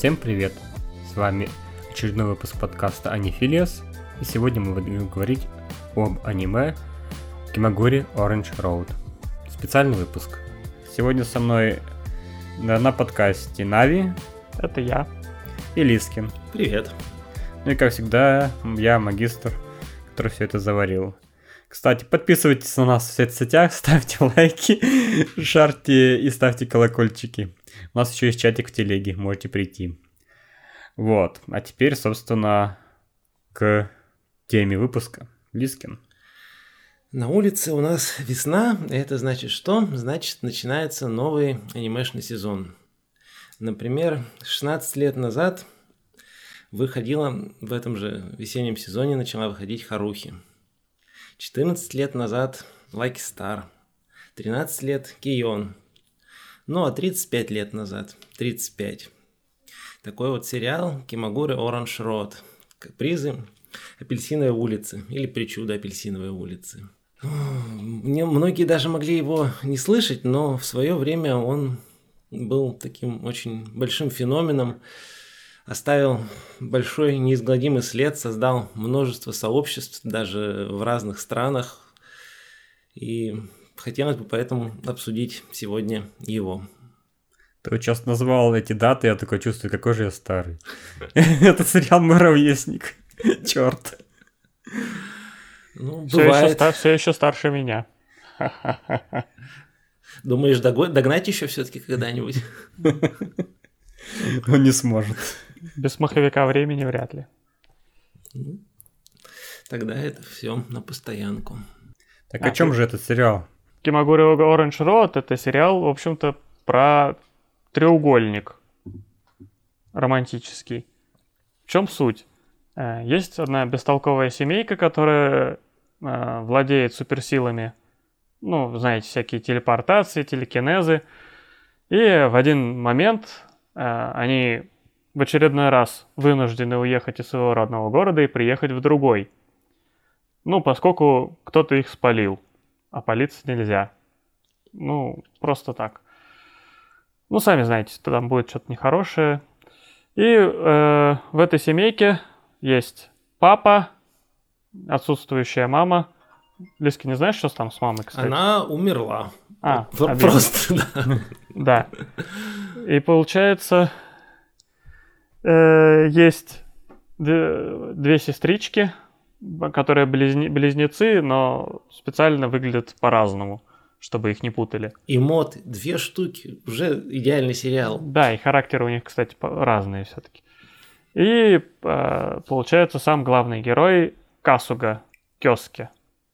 Всем привет! С вами очередной выпуск подкаста Анифилиас, и сегодня мы будем говорить об аниме Кимагури Orange Road. Специальный выпуск. Сегодня со мной на подкасте Нави. Это я. И Лискин. Привет. Ну и как всегда, я магистр, который все это заварил. Кстати, подписывайтесь на нас в соцсетях, ставьте лайки, шарьте и ставьте колокольчики. У нас еще есть чатик в телеге, можете прийти. Вот, а теперь, собственно, к теме выпуска. Лискин. На улице у нас весна, это значит что? Значит, начинается новый анимешный сезон. Например, 16 лет назад выходила в этом же весеннем сезоне, начала выходить Харухи. 14 лет назад Lucky Star, 13 лет Кион, ну а 35 лет назад, 35. Такой вот сериал Кимагури Orange Road, капризы Апельсиновой улицы или причуда Апельсиновой улицы. Многие даже могли его не слышать, но в свое время он был таким очень большим феноменом, оставил большой неизгладимый след, создал множество сообществ даже в разных странах. И хотелось бы поэтому обсудить сегодня его. Ты вот сейчас назвал эти даты, я такой чувствую, какой же я старый. Это сериал «Муравьесник». Черт. Ну, бывает. Все еще старше меня. Думаешь, догнать еще все-таки когда-нибудь? Он не сможет. Без маховика времени вряд ли. Тогда это все на постоянку. Так о чем же этот сериал? Кимагури Orange Road — это сериал, в общем-то, про треугольник романтический. В чем суть? Есть одна бестолковая семейка, которая владеет суперсилами. Ну, знаете, всякие телепортации, телекинезы. И в один момент они в очередной раз вынуждены уехать из своего родного города и приехать в другой. Ну, поскольку кто-то их спалил, а палиться нельзя. Ну, просто так. Ну, сами знаете, там будет что-то нехорошее. И в этой семейке есть папа, отсутствующая мама. Лиски, не знаешь, что там с мамой, кстати? Она умерла. Просто, да. Да. И получается, есть две сестрички, которые близнецы, но специально выглядят по-разному, чтобы их не путали. И мод 2 штуки, уже идеальный сериал. Да, и характеры у них, кстати, разные все-таки. И получается сам главный герой Касуга Кёске,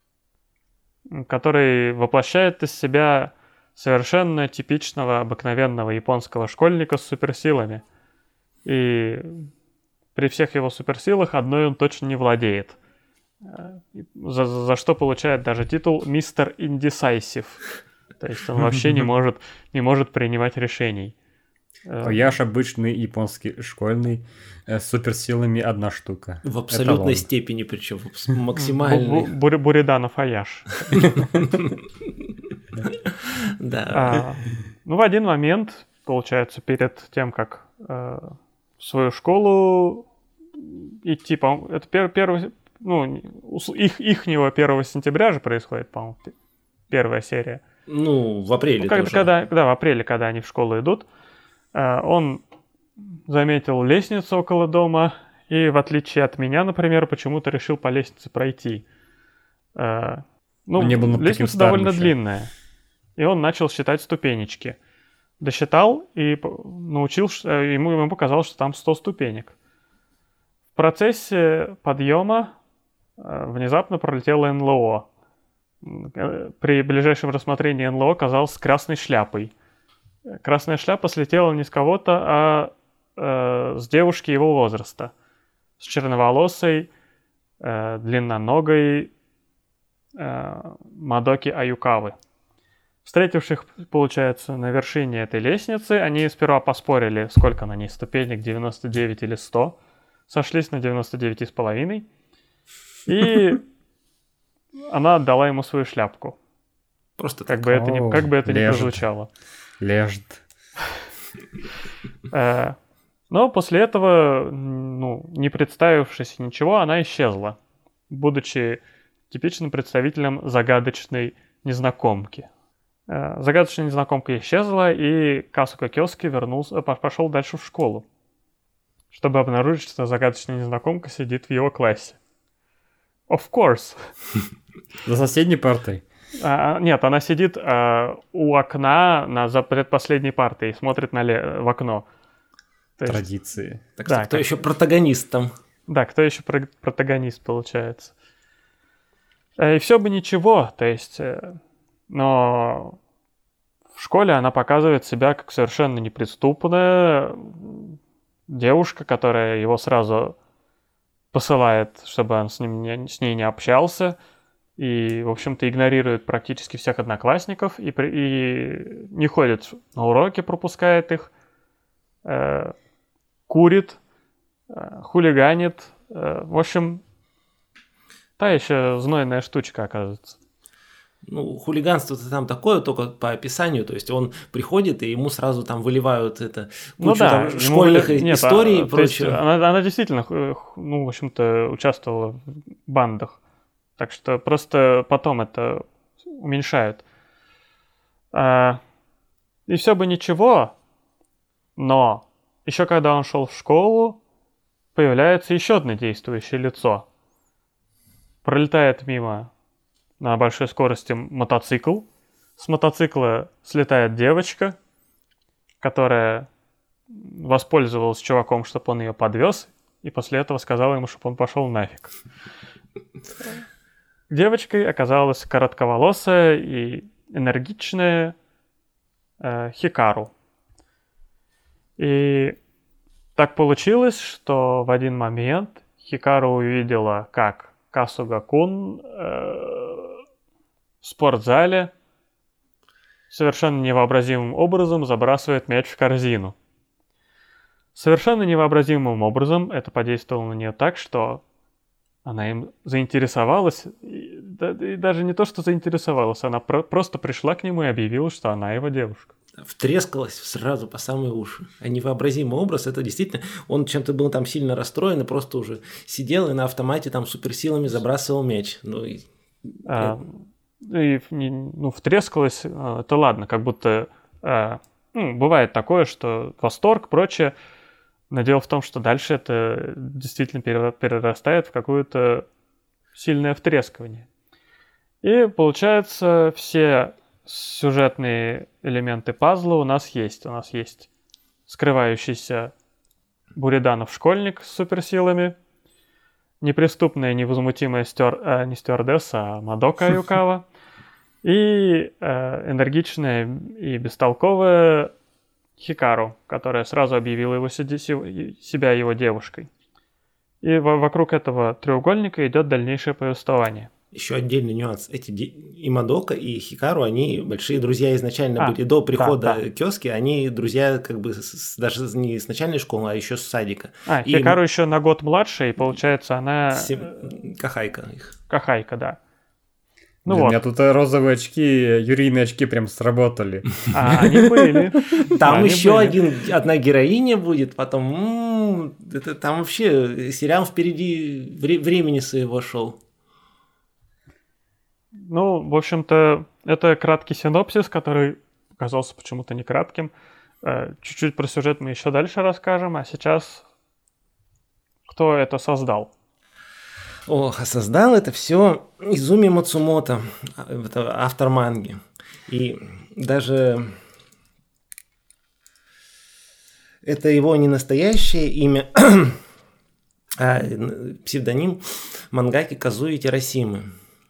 который воплощает из себя совершенно типичного, обыкновенного японского школьника с суперсилами. И при всех его суперсилах одной он точно не владеет. За что получает даже титул «Мистер Индесайсив». То есть он вообще не может принимать решений. Я ж обычный японский школьный с суперсилами 1 штука. В абсолютной степени, причем максимальной. Буриданов Аяш. Да. Ну, в один момент, получается, перед тем, как в свою школу идти, по-моему, это первый, ну, ихнего 1 сентября же происходит, по-моему, первая серия. Ну, в апреле тоже. В апреле, когда они в школу идут, он заметил лестницу около дома и, в отличие от меня, например, почему-то решил по лестнице пройти. Ну, лестница довольно длинная, и он начал считать ступенечки. Досчитал и ему показалось, что там 100 ступенек. В процессе подъема внезапно пролетело НЛО. При ближайшем рассмотрении НЛО оказалось с красной шляпой. Красная шляпа слетела не с кого-то, а с девушки его возраста. С черноволосой, длинноногой Мадоки Аюкавы. Встретивших, получается, на вершине этой лестницы, они сперва поспорили, сколько на ней ступенек, 99 или 100. Сошлись на 99,5. И она отдала ему свою шляпку. Просто как бы это ни прозвучало. Лежит. Но после этого, не представившись ничего, она исчезла, будучи типичным представителем загадочной незнакомки. Загадочная незнакомка исчезла, и Касуга Кёски пошел дальше в школу, чтобы обнаружить, что загадочная незнакомка сидит в его классе. Of course. За соседней партой? Нет, она сидит у окна за предпоследней партой и смотрит в окно. Традиции. Так что, кто еще протагонист там? Да, кто еще протагонист получается. И все бы ничего, то есть... Но в школе она показывает себя как совершенно неприступная девушка, которая его сразу посылает, чтобы он с ней не общался. И, в общем-то, игнорирует практически всех одноклассников и не ходит на уроки, пропускает их, курит, хулиганит. В общем, та еще знойная штучка, оказывается. Хулиганство-то там такое, только по описанию. То есть он приходит, и ему сразу там выливают кучу школьных историй и прочее. Она действительно, в общем-то, участвовала в бандах. Так что просто потом это уменьшают. И все бы ничего, но еще когда он шел в школу, появляется еще одно действующее лицо. Пролетает мимо на большой скорости мотоцикл. С мотоцикла слетает девочка, которая воспользовалась чуваком, чтобы он ее подвез, и после этого сказала ему, чтобы он пошел нафиг. Девочкой оказалась коротковолосая и энергичная Хикару. И так получилось, что в один момент Хикару увидела, как Касуга-кун в спортзале совершенно невообразимым образом забрасывает мяч в корзину. Совершенно невообразимым образом это подействовало на нее так, что она им заинтересовалась, и даже не то, что заинтересовалась, она просто пришла к нему и объявила, что она его девушка. Втрескалась сразу по самые уши. А невообразимый образ, это действительно, он чем-то был там сильно расстроен и просто уже сидел и на автомате там суперсилами забрасывал мяч. Втрескалась, это ладно, как будто бывает такое, что восторг, прочее. Но дело в том, что дальше это действительно перерастает в какое-то сильное втрескивание. И получается, все сюжетные элементы пазла у нас есть. У нас есть скрывающийся Буриданов школьник с суперсилами, неприступная, невозмутимая не стюардесса, а Мадока Аюкава, и энергичная и бестолковая Хикару, которая сразу объявила себя его девушкой. И вокруг этого треугольника идет дальнейшее повествование. Еще отдельный нюанс. И Мадока, и Хикару, они большие друзья изначально были. До прихода Кёски они друзья как бы даже не с начальной школы, а еще с садика. Хикару еще на год младше, и получается она... Кахайка их. Кахайка, да. У меня тут розовые очки, юрийные очки прям сработали. Они были. Там еще одна героиня будет, потом... Там вообще сериал впереди времени своего шел. В общем-то, это краткий синопсис, который оказался почему-то не кратким. Чуть-чуть про сюжет мы еще дальше расскажем, а сейчас кто это создал? Создал это все Изуми Мацумото, это автор манги. И даже это его не настоящее имя, а псевдоним мангаки Казуи Терасимы.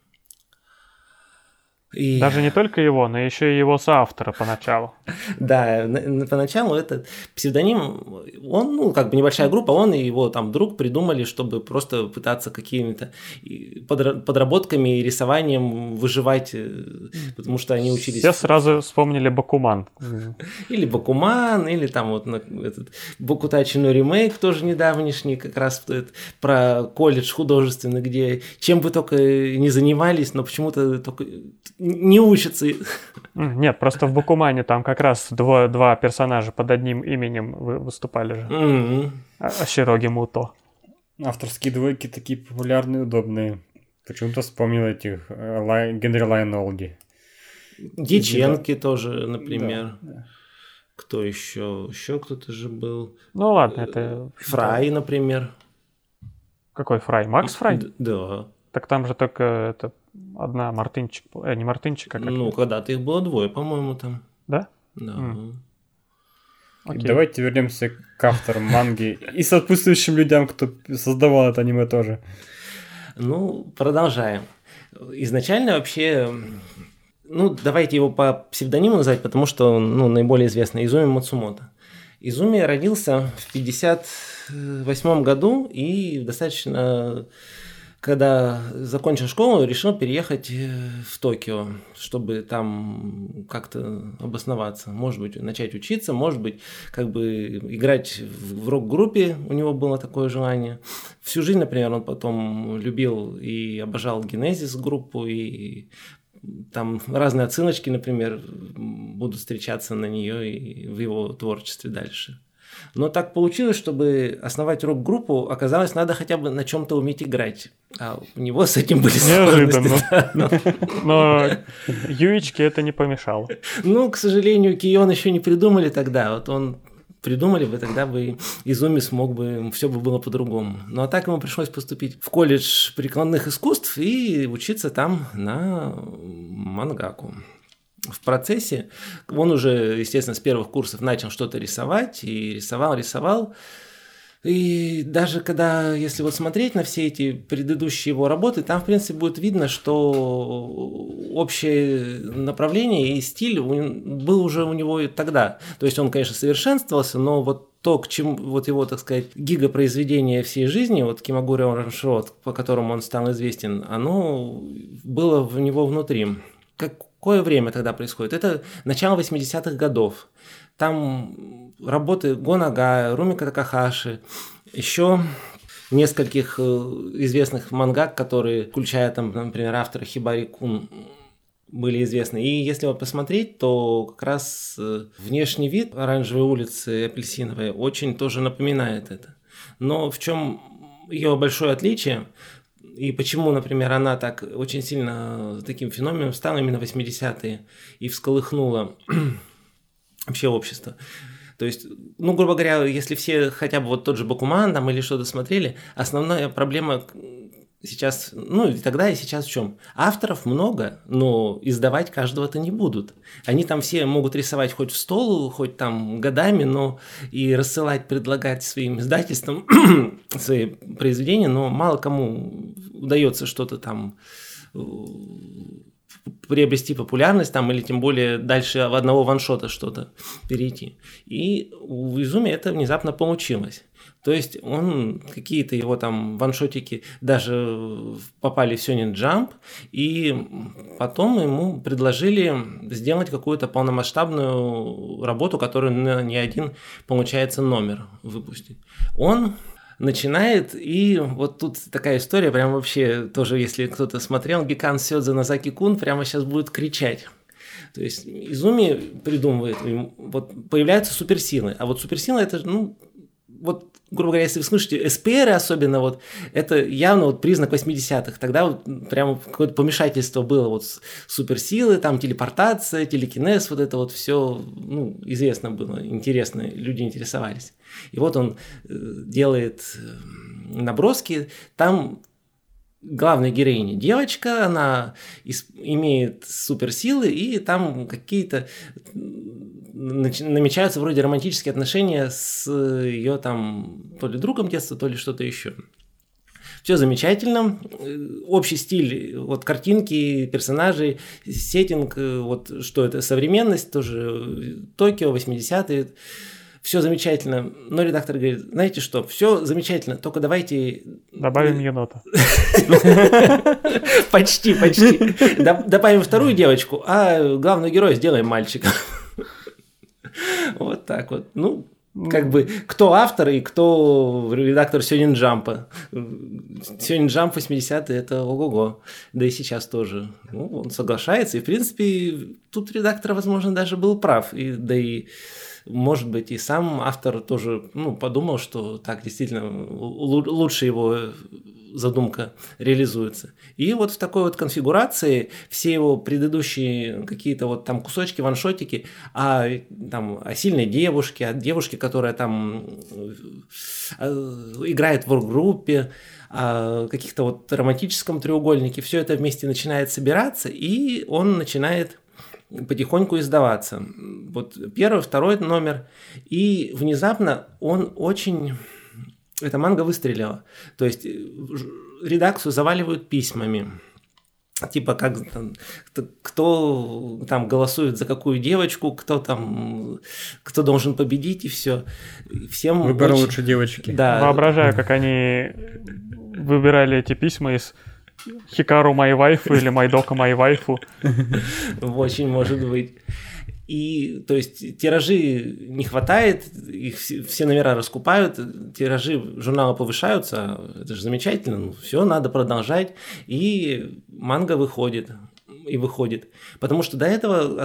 Даже не только его, но еще и его соавтора поначалу. Да, поначалу этот псевдоним, он, небольшая группа, он и его там друг придумали, чтобы просто пытаться какими-то подработками и рисованием выживать, потому что они учились... Все сразу вспомнили Бакуман. Или Бакуман, или там этот Бокутачи но ремейк тоже недавнешний, как раз про колледж художественный, где чем бы только не занимались, но почему-то только не учатся. Нет, просто в Бакумане там как раз два персонажа под одним именем выступали же. Широги Муто. Авторские двойки такие популярные, удобные. Почему-то вспомнил этих Генри Лайнолди. Дьяченки тоже, например. Да. Кто еще? Еще кто-то же был. Ну ладно, это... Фрай, например. Какой Фрай? Макс Фрай? Да. Так там же только это одна Мартынчик. Не Мартынчик, а как? Ну, когда-то их было двое, по-моему, там. Да? Да. Окей. Давайте вернемся к авторам манги и сопутствующим людям, кто создавал это аниме тоже. Ну, продолжаем. Изначально вообще... Ну, давайте его по псевдониму назвать, потому что он наиболее известный. Изуми Мацумото. Изуми родился в 1958 году и достаточно, когда закончил школу, решил переехать в Токио, чтобы там как-то обосноваться. Может быть, начать учиться, может быть, как бы играть в рок-группе, у него было такое желание. Всю жизнь, например, он потом любил и обожал Генезис группу, и там разные отсылочки, например, будут встречаться на нее и в его творчестве дальше. Но так получилось, чтобы основать рок-группу, оказалось, надо хотя бы на чем-то уметь играть. А у него с этим были сложности. Но Юичке это не помешало. Ну, к сожалению, Кион еще не придумали тогда. Вот он придумали бы, тогда бы Изуми смог бы, все бы было по-другому. Ну, а так ему пришлось поступить в колледж прикладных искусств и учиться там на мангаку. В процессе он уже, естественно, с первых курсов начал что-то рисовать, и рисовал. И даже когда, если вот смотреть на все эти предыдущие его работы, там, в принципе, будет видно, что общее направление и стиль был уже у него и тогда. То есть он, конечно, совершенствовался, но вот то, к чему вот его, так сказать, гигопроизведение всей жизни, вот Кимагура Оранжо, по которому он стал известен, оно было в него внутри. Какое время тогда происходит? Это начало 80-х годов. Там работы Го Нагая, Румика Такахаши, еще нескольких известных мангак, которые, включая там, например, автора Хибари Кун, были известны. И если вот посмотреть, то как раз внешний вид оранжевой улицы апельсиновой очень тоже напоминает это. Но в чем ее большое отличие? И почему, например, она так очень сильно таким феноменом стала именно в 80-е и всколыхнула вообще общество. То есть, ну, грубо говоря, если все хотя бы вот тот же Бакуман там или что-то смотрели, основная проблема сейчас, ну, и тогда, и сейчас в чем? Авторов много, но издавать каждого-то не будут. Они там все могут рисовать хоть в стол, хоть там годами, но и рассылать, предлагать своим издательствам свои произведения, но мало кому удается что-то там приобрести популярность там, или тем более дальше в одного ваншота что-то перейти. И у Изуми это внезапно получилось. То есть он, какие-то его там ваншотики даже попали в Shonen Jump, и потом ему предложили сделать какую-то полномасштабную работу, которую на не один, получается, номер выпустить. Он начинает, и вот тут такая история, прям вообще тоже, если кто-то смотрел, Гикан Сёдзе Нозаки-кун прямо сейчас будет кричать. То есть Изуми придумывает, вот появляются суперсилы, а вот суперсила это, ну, вот, грубо говоря, если вы слышите СПР особенно, вот, это явно вот признак 80-х. Тогда вот прямо какое-то помешательство было. Вот суперсилы, там телепортация, телекинез, вот это вот все, ну, известно было, интересно, люди интересовались. И вот он делает наброски, там главная героиня девочка, она имеет суперсилы, и там какие-то намечаются вроде романтические отношения с ее там то ли другом детства, то ли что-то еще. Все замечательно, общий стиль, вот картинки, персонажи, сеттинг, вот что это, современность, тоже Токио, 80-е, все замечательно, но редактор говорит, знаете что, все замечательно, только давайте... Добавим енота. Почти. Добавим вторую девочку, а главного героя сделаем мальчиком. Вот так вот. Ну, как бы кто автор и кто редактор Сёнэн Джампа. Сёнэн Джамп 80-е это ого-го, да и сейчас тоже. Ну, он соглашается, и в принципе тут редактор, возможно, даже был прав, и, да и может быть, и сам автор тоже подумал, что так действительно лучше его задумка реализуется. И вот в такой вот конфигурации все его предыдущие какие-то вот там кусочки, ваншотики о сильной девушке, о девушке, которая там играет в орггруппе, о каких-то вот романтическом треугольнике, все это вместе начинает собираться, и он начинает потихоньку издаваться. Вот первый, второй номер, и внезапно он очень... Эта манга выстрелила. То есть редакцию заваливают письмами. Типа, кто там голосует за какую девочку, кто должен победить, и все. Всем выбор лучше девочки. Да. Воображаю, как они выбирали эти письма из Хикару май вайфу или Майдока май вайфу. Очень может быть. И, то есть, тиражи не хватает, их все номера раскупают, тиражи журнала повышаются, это же замечательно, все, надо продолжать, и манга выходит, Потому что до этого,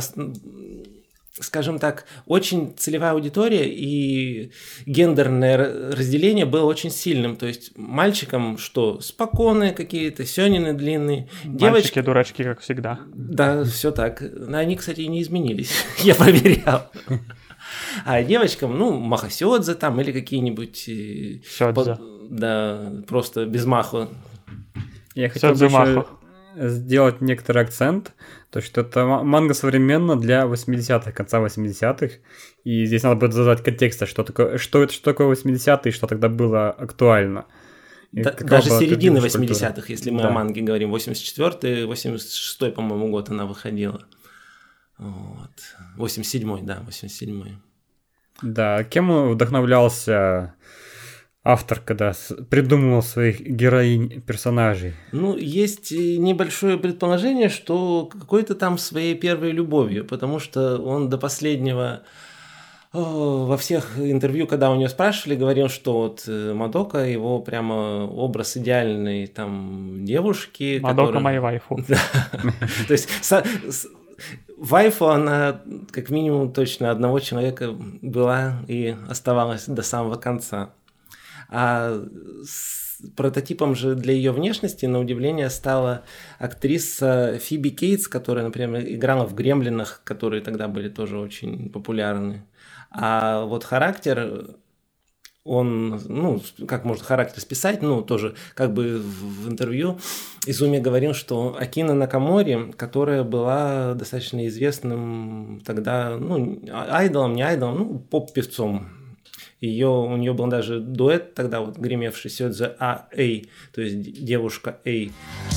скажем так, очень целевая аудитория и гендерное разделение было очень сильным. То есть мальчикам что? Спокойные какие-то, сёнэны длинные. Мальчики дурачки, как всегда. Да, все так. Они, кстати, и не изменились. Я проверял. А девочкам, махасёдзе там или какие-нибудь... Сёдзе. Да, просто без маху. Я хотел бы еще сделать некоторый акцент, то что это манга современно для 80-х, конца 80-х, и здесь надо будет задать контекст, что такое 80-е, что тогда было актуально. Даже середины 80-х, если мы о манге говорим, 84-й, 86-й, по-моему, год она выходила. Вот. 87-й, да, 87-й. Да, кем вдохновлялся автор, когда придумывал своих героинь, персонажей? Есть небольшое предположение, что какой-то там своей первой любовью, потому что он до последнего во всех интервью, когда у него спрашивали, говорил, что вот Мадока, его прямо образ идеальной там девушки. Мадока моя вайфу. То есть вайфу она как минимум точно одного человека была и оставалась до самого конца. А прототипом же для ее внешности, на удивление, стала актриса Фиби Кейтс, которая, например, играла в «Гремлинах», которые тогда были тоже очень популярны. А вот характер, он, как можно характер списать, тоже как бы в интервью Изуми говорил, что Акина Накамори, которая была достаточно известным тогда, айдолом, не айдолом, поп-певцом. У нее был даже дуэт тогда, вот гремевший Сёдзе А-Эй, то есть девушка Эй.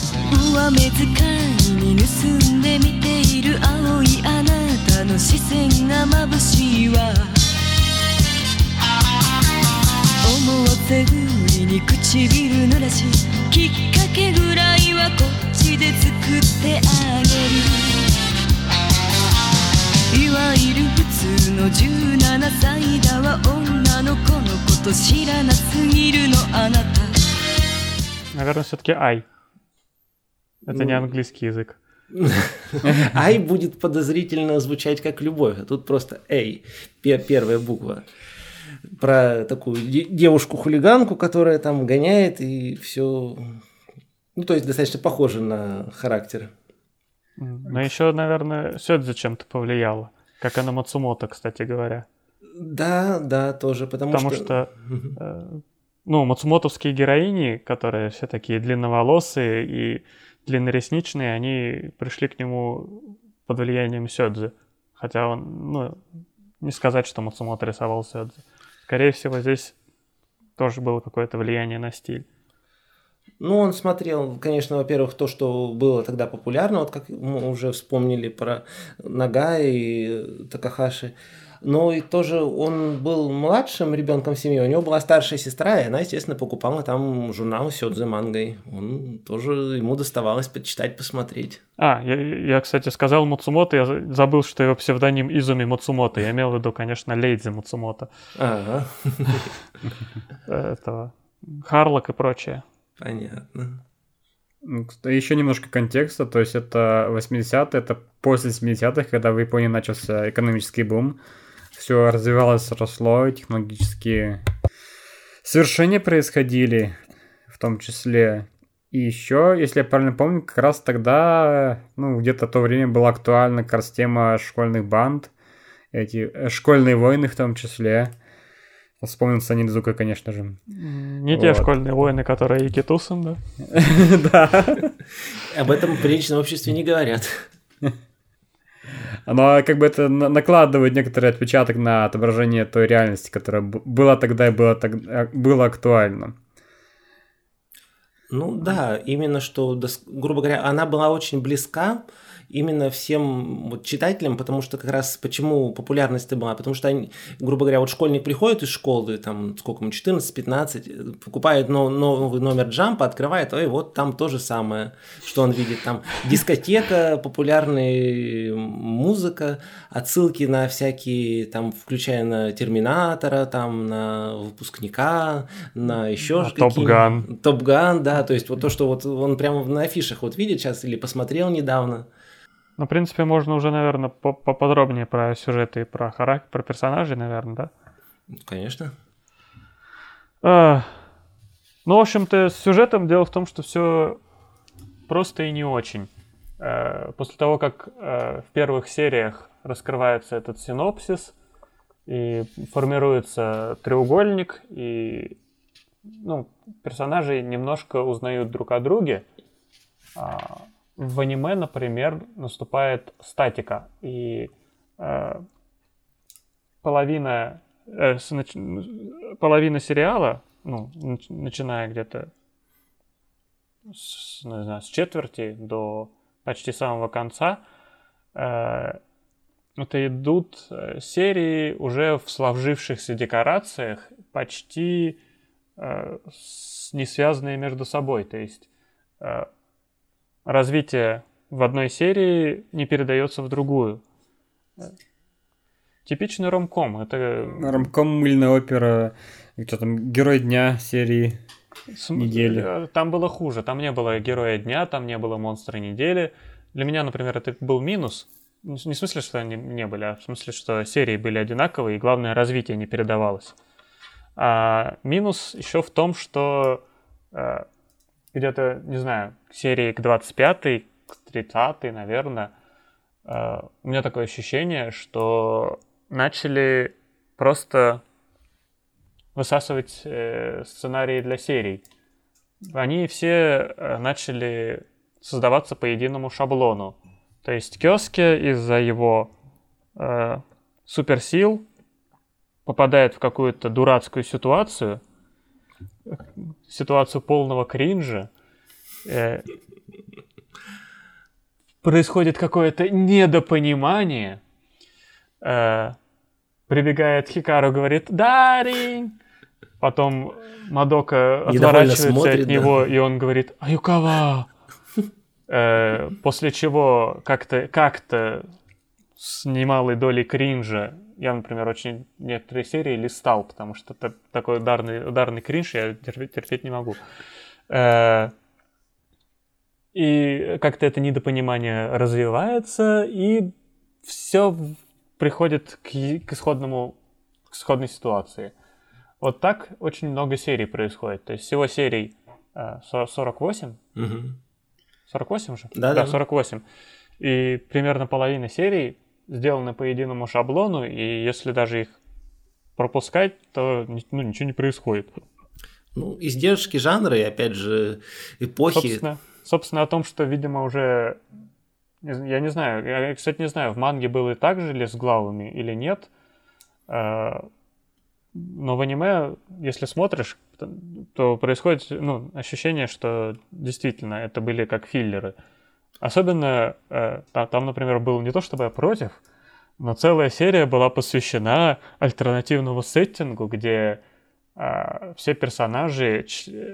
Наверное, все-таки ай. Это не английский язык. Ай будет подозрительно звучать как любовь, а тут просто эй, первая буква. Про такую девушку-хулиганку, которая там гоняет и все. То есть достаточно похоже на характер. Но еще, наверное, Сёдзе чем-то повлияло. Как и на Мацумото, кстати говоря. Да, тоже, потому что мацумотовские героини, которые все такие длинноволосые и длинноресничные, они пришли к нему под влиянием Сёдзе. Хотя он, не сказать, что Мацумото рисовал Сёдзе. Скорее всего, здесь тоже было какое-то влияние на стиль. Он смотрел, конечно, во-первых, то, что было тогда популярно, вот как мы уже вспомнили про Нагай и Такахаши. Но и тоже он был младшим ребенком в семье, у него была старшая сестра, и она, естественно, покупала там журнал Сёдзе мангой. Он тоже, ему доставалось почитать, посмотреть. Я, кстати, сказал Мацумото, я забыл, что его псевдоним Изуми Мацумото. Я имел в виду, конечно, Лейдзи Мацумото. Ага. Этого Харлок и прочее. Понятно. Еще немножко контекста, то есть это 80-е, это после 70-х, когда в Японии начался экономический бум. Все развивалось, росло, технологические свершения происходили, в том числе. И еще, если я правильно помню, как раз тогда, где-то в то время была актуальна как раз тема школьных банд, эти школьные войны в том числе. Вспомнил Санидзука, конечно же. Не те школьные войны, которые Икитусан, да? Да. Об этом в приличном обществе не говорят. Оно как бы это накладывает некоторый отпечаток на отображение той реальности, которая была тогда и было актуально. Ну да, именно что, грубо говоря, она была очень близка именно всем вот читателям, потому что как раз почему популярность-то была, потому что они, грубо говоря, вот школьник приходит из школы, там, сколько ему, 14-15, покупает новый номер Джампа, открывает, и вот там то же самое, что он видит, там дискотека, популярная музыка, отсылки на всякие, там, включая на Терминатора, там, на Выпускника, на еще какие-нибудь. Топ-Ган, да, то есть вот то, что вот он прямо на афишах вот видит сейчас или посмотрел недавно. Ну, в принципе, можно уже, наверное, поподробнее про сюжеты и про характер, про персонажей, наверное, да? Конечно. Ну, в общем-то, с сюжетом дело в том, что все просто и не очень. После того, как в первых сериях раскрывается этот синопсис, и формируется треугольник, и персонажи немножко узнают друг о друге, в аниме, например, наступает статика, и половина сериала, начиная где-то с четверти до почти самого конца, это идут серии уже в сложившихся декорациях, почти не связанные между собой, то есть развитие в одной серии не передается в другую. Типичный ромком. Это ромком, мыльная опера, что там, герой дня серии недели. Там было хуже. Там не было героя дня, там не было монстра недели. Для меня, например, это был минус. Не в смысле, что они не были, а в смысле, что серии были одинаковые, и главное, развитие не передавалось. А минус еще в том, что где-то, не знаю, серии к 25-й, к 30-й, наверное, у меня такое ощущение, что начали просто высасывать сценарии для серий. Они все начали создаваться по единому шаблону. То есть Кёске из-за его суперсил попадает в какую-то дурацкую ситуацию полного кринжа, происходит какое-то недопонимание, прибегает Хикару, говорит «Даринг!», потом Мадока отворачивается от него, да. И он говорит «Аюкава!», после чего как-то с немалой долей кринжа я, например, очень некоторые серии листал, потому что это такой ударный кринж я терпеть не могу. И как-то это недопонимание развивается, и все приходит к исходной ситуации. Вот так очень много серий происходит. То есть всего серий 48. Угу. 48 же? Да, 48. И примерно половина серий сделаны по единому шаблону, и если даже их пропускать, то ничего не происходит. Издержки жанра и, опять же, эпохи. Собственно, о том, что, видимо, уже... Я не знаю, я, кстати, не знаю, в манге было и так же ли с главами или нет, но в аниме, если смотришь, то происходит ощущение, что действительно это были как филлеры. Особенно там, например, был не то чтобы я против, Но целая серия была посвящена альтернативному сеттингу, где все персонажи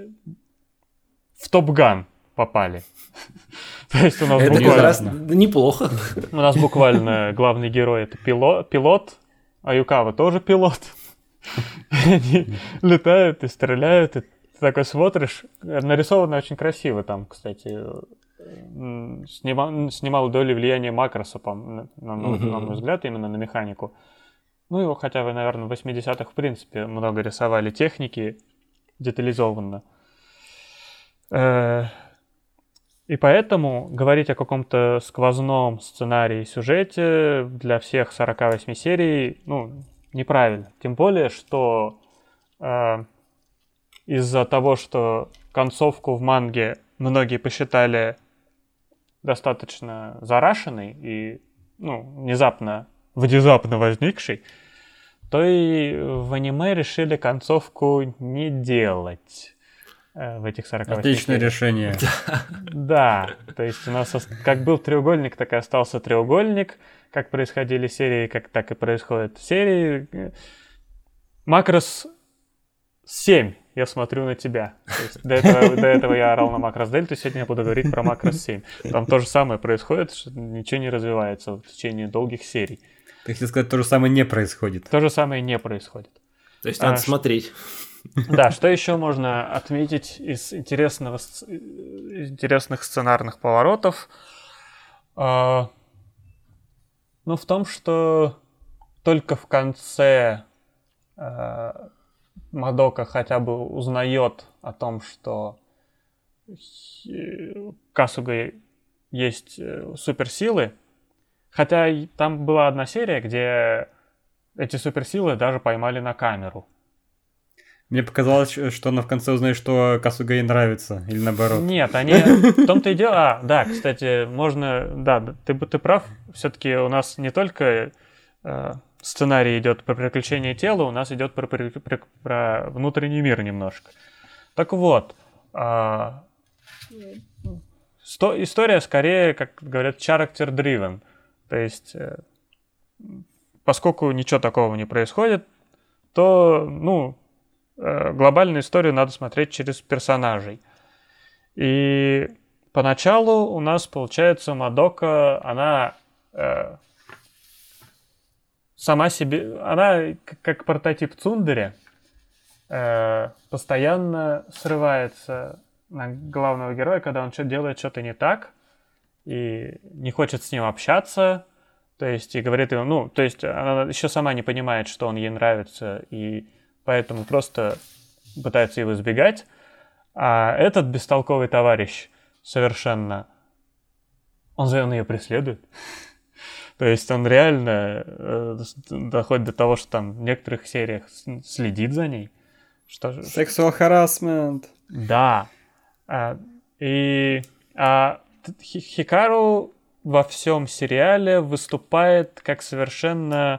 в Топ-Ган попали. То есть у нас это как раз неплохо. У нас буквально главный герой — это пилот, а Юкава тоже пилот. Они летают и стреляют, и ты такой смотришь. Нарисовано очень красиво там, кстати. Снимал долю влияния Макроса, на мой взгляд, именно на механику. Ну, его хотя бы, наверное, в 80-х, в принципе, много рисовали техники детализованно. И поэтому говорить о каком-то сквозном сценарии и сюжете для всех 48 серий, неправильно. Тем более, что из-за того, что концовку в манге многие посчитали достаточно зарашенной и, внезапно возникшей, то и в аниме решили концовку не делать в этих 48 Отличное сериях. решение. Да, то есть у нас как был треугольник, так и остался треугольник. Как происходили серии, так и происходят серии. Макрос 7. Я смотрю на тебя. То есть до этого я орал на Макрос Дельту, сегодня я буду говорить про Макрос 7. Там то же самое происходит, что ничего не развивается в течение долгих серий. Ты хотел сказать, то же самое не происходит. То же самое не происходит. То есть надо смотреть. Да, что еще можно отметить из интересных сценарных поворотов? В том, что только в конце Мадока хотя бы узнает о том, что Касуга есть суперсилы. Хотя там была одна серия, где эти суперсилы даже поймали на камеру. Мне показалось, что она в конце узнает, что Касуга ей нравится, или наоборот. Нет, они в том-то и дело. Да, кстати, можно. Да, ты прав. Все-таки у нас не только сценарий идет про приключения тела, у нас идет про внутренний мир немножко. Так вот, история скорее, как говорят, character-driven. То есть, поскольку ничего такого не происходит, то, глобальную историю надо смотреть через персонажей. И поначалу у нас, получается, Мадока, она сама себе, она как прототип цундеря постоянно срывается на главного героя, когда он делает что-то не так и не хочет с ним общаться, то есть и говорит ему, то есть она еще сама не понимает, что он ей нравится, и поэтому просто пытается его избегать. А этот бестолковый товарищ совершенно, он ее преследует. То есть он реально доходит до того, что там в некоторых сериях следит за ней. Sexual harassment. Да. Хикару во всем сериале выступает как совершенно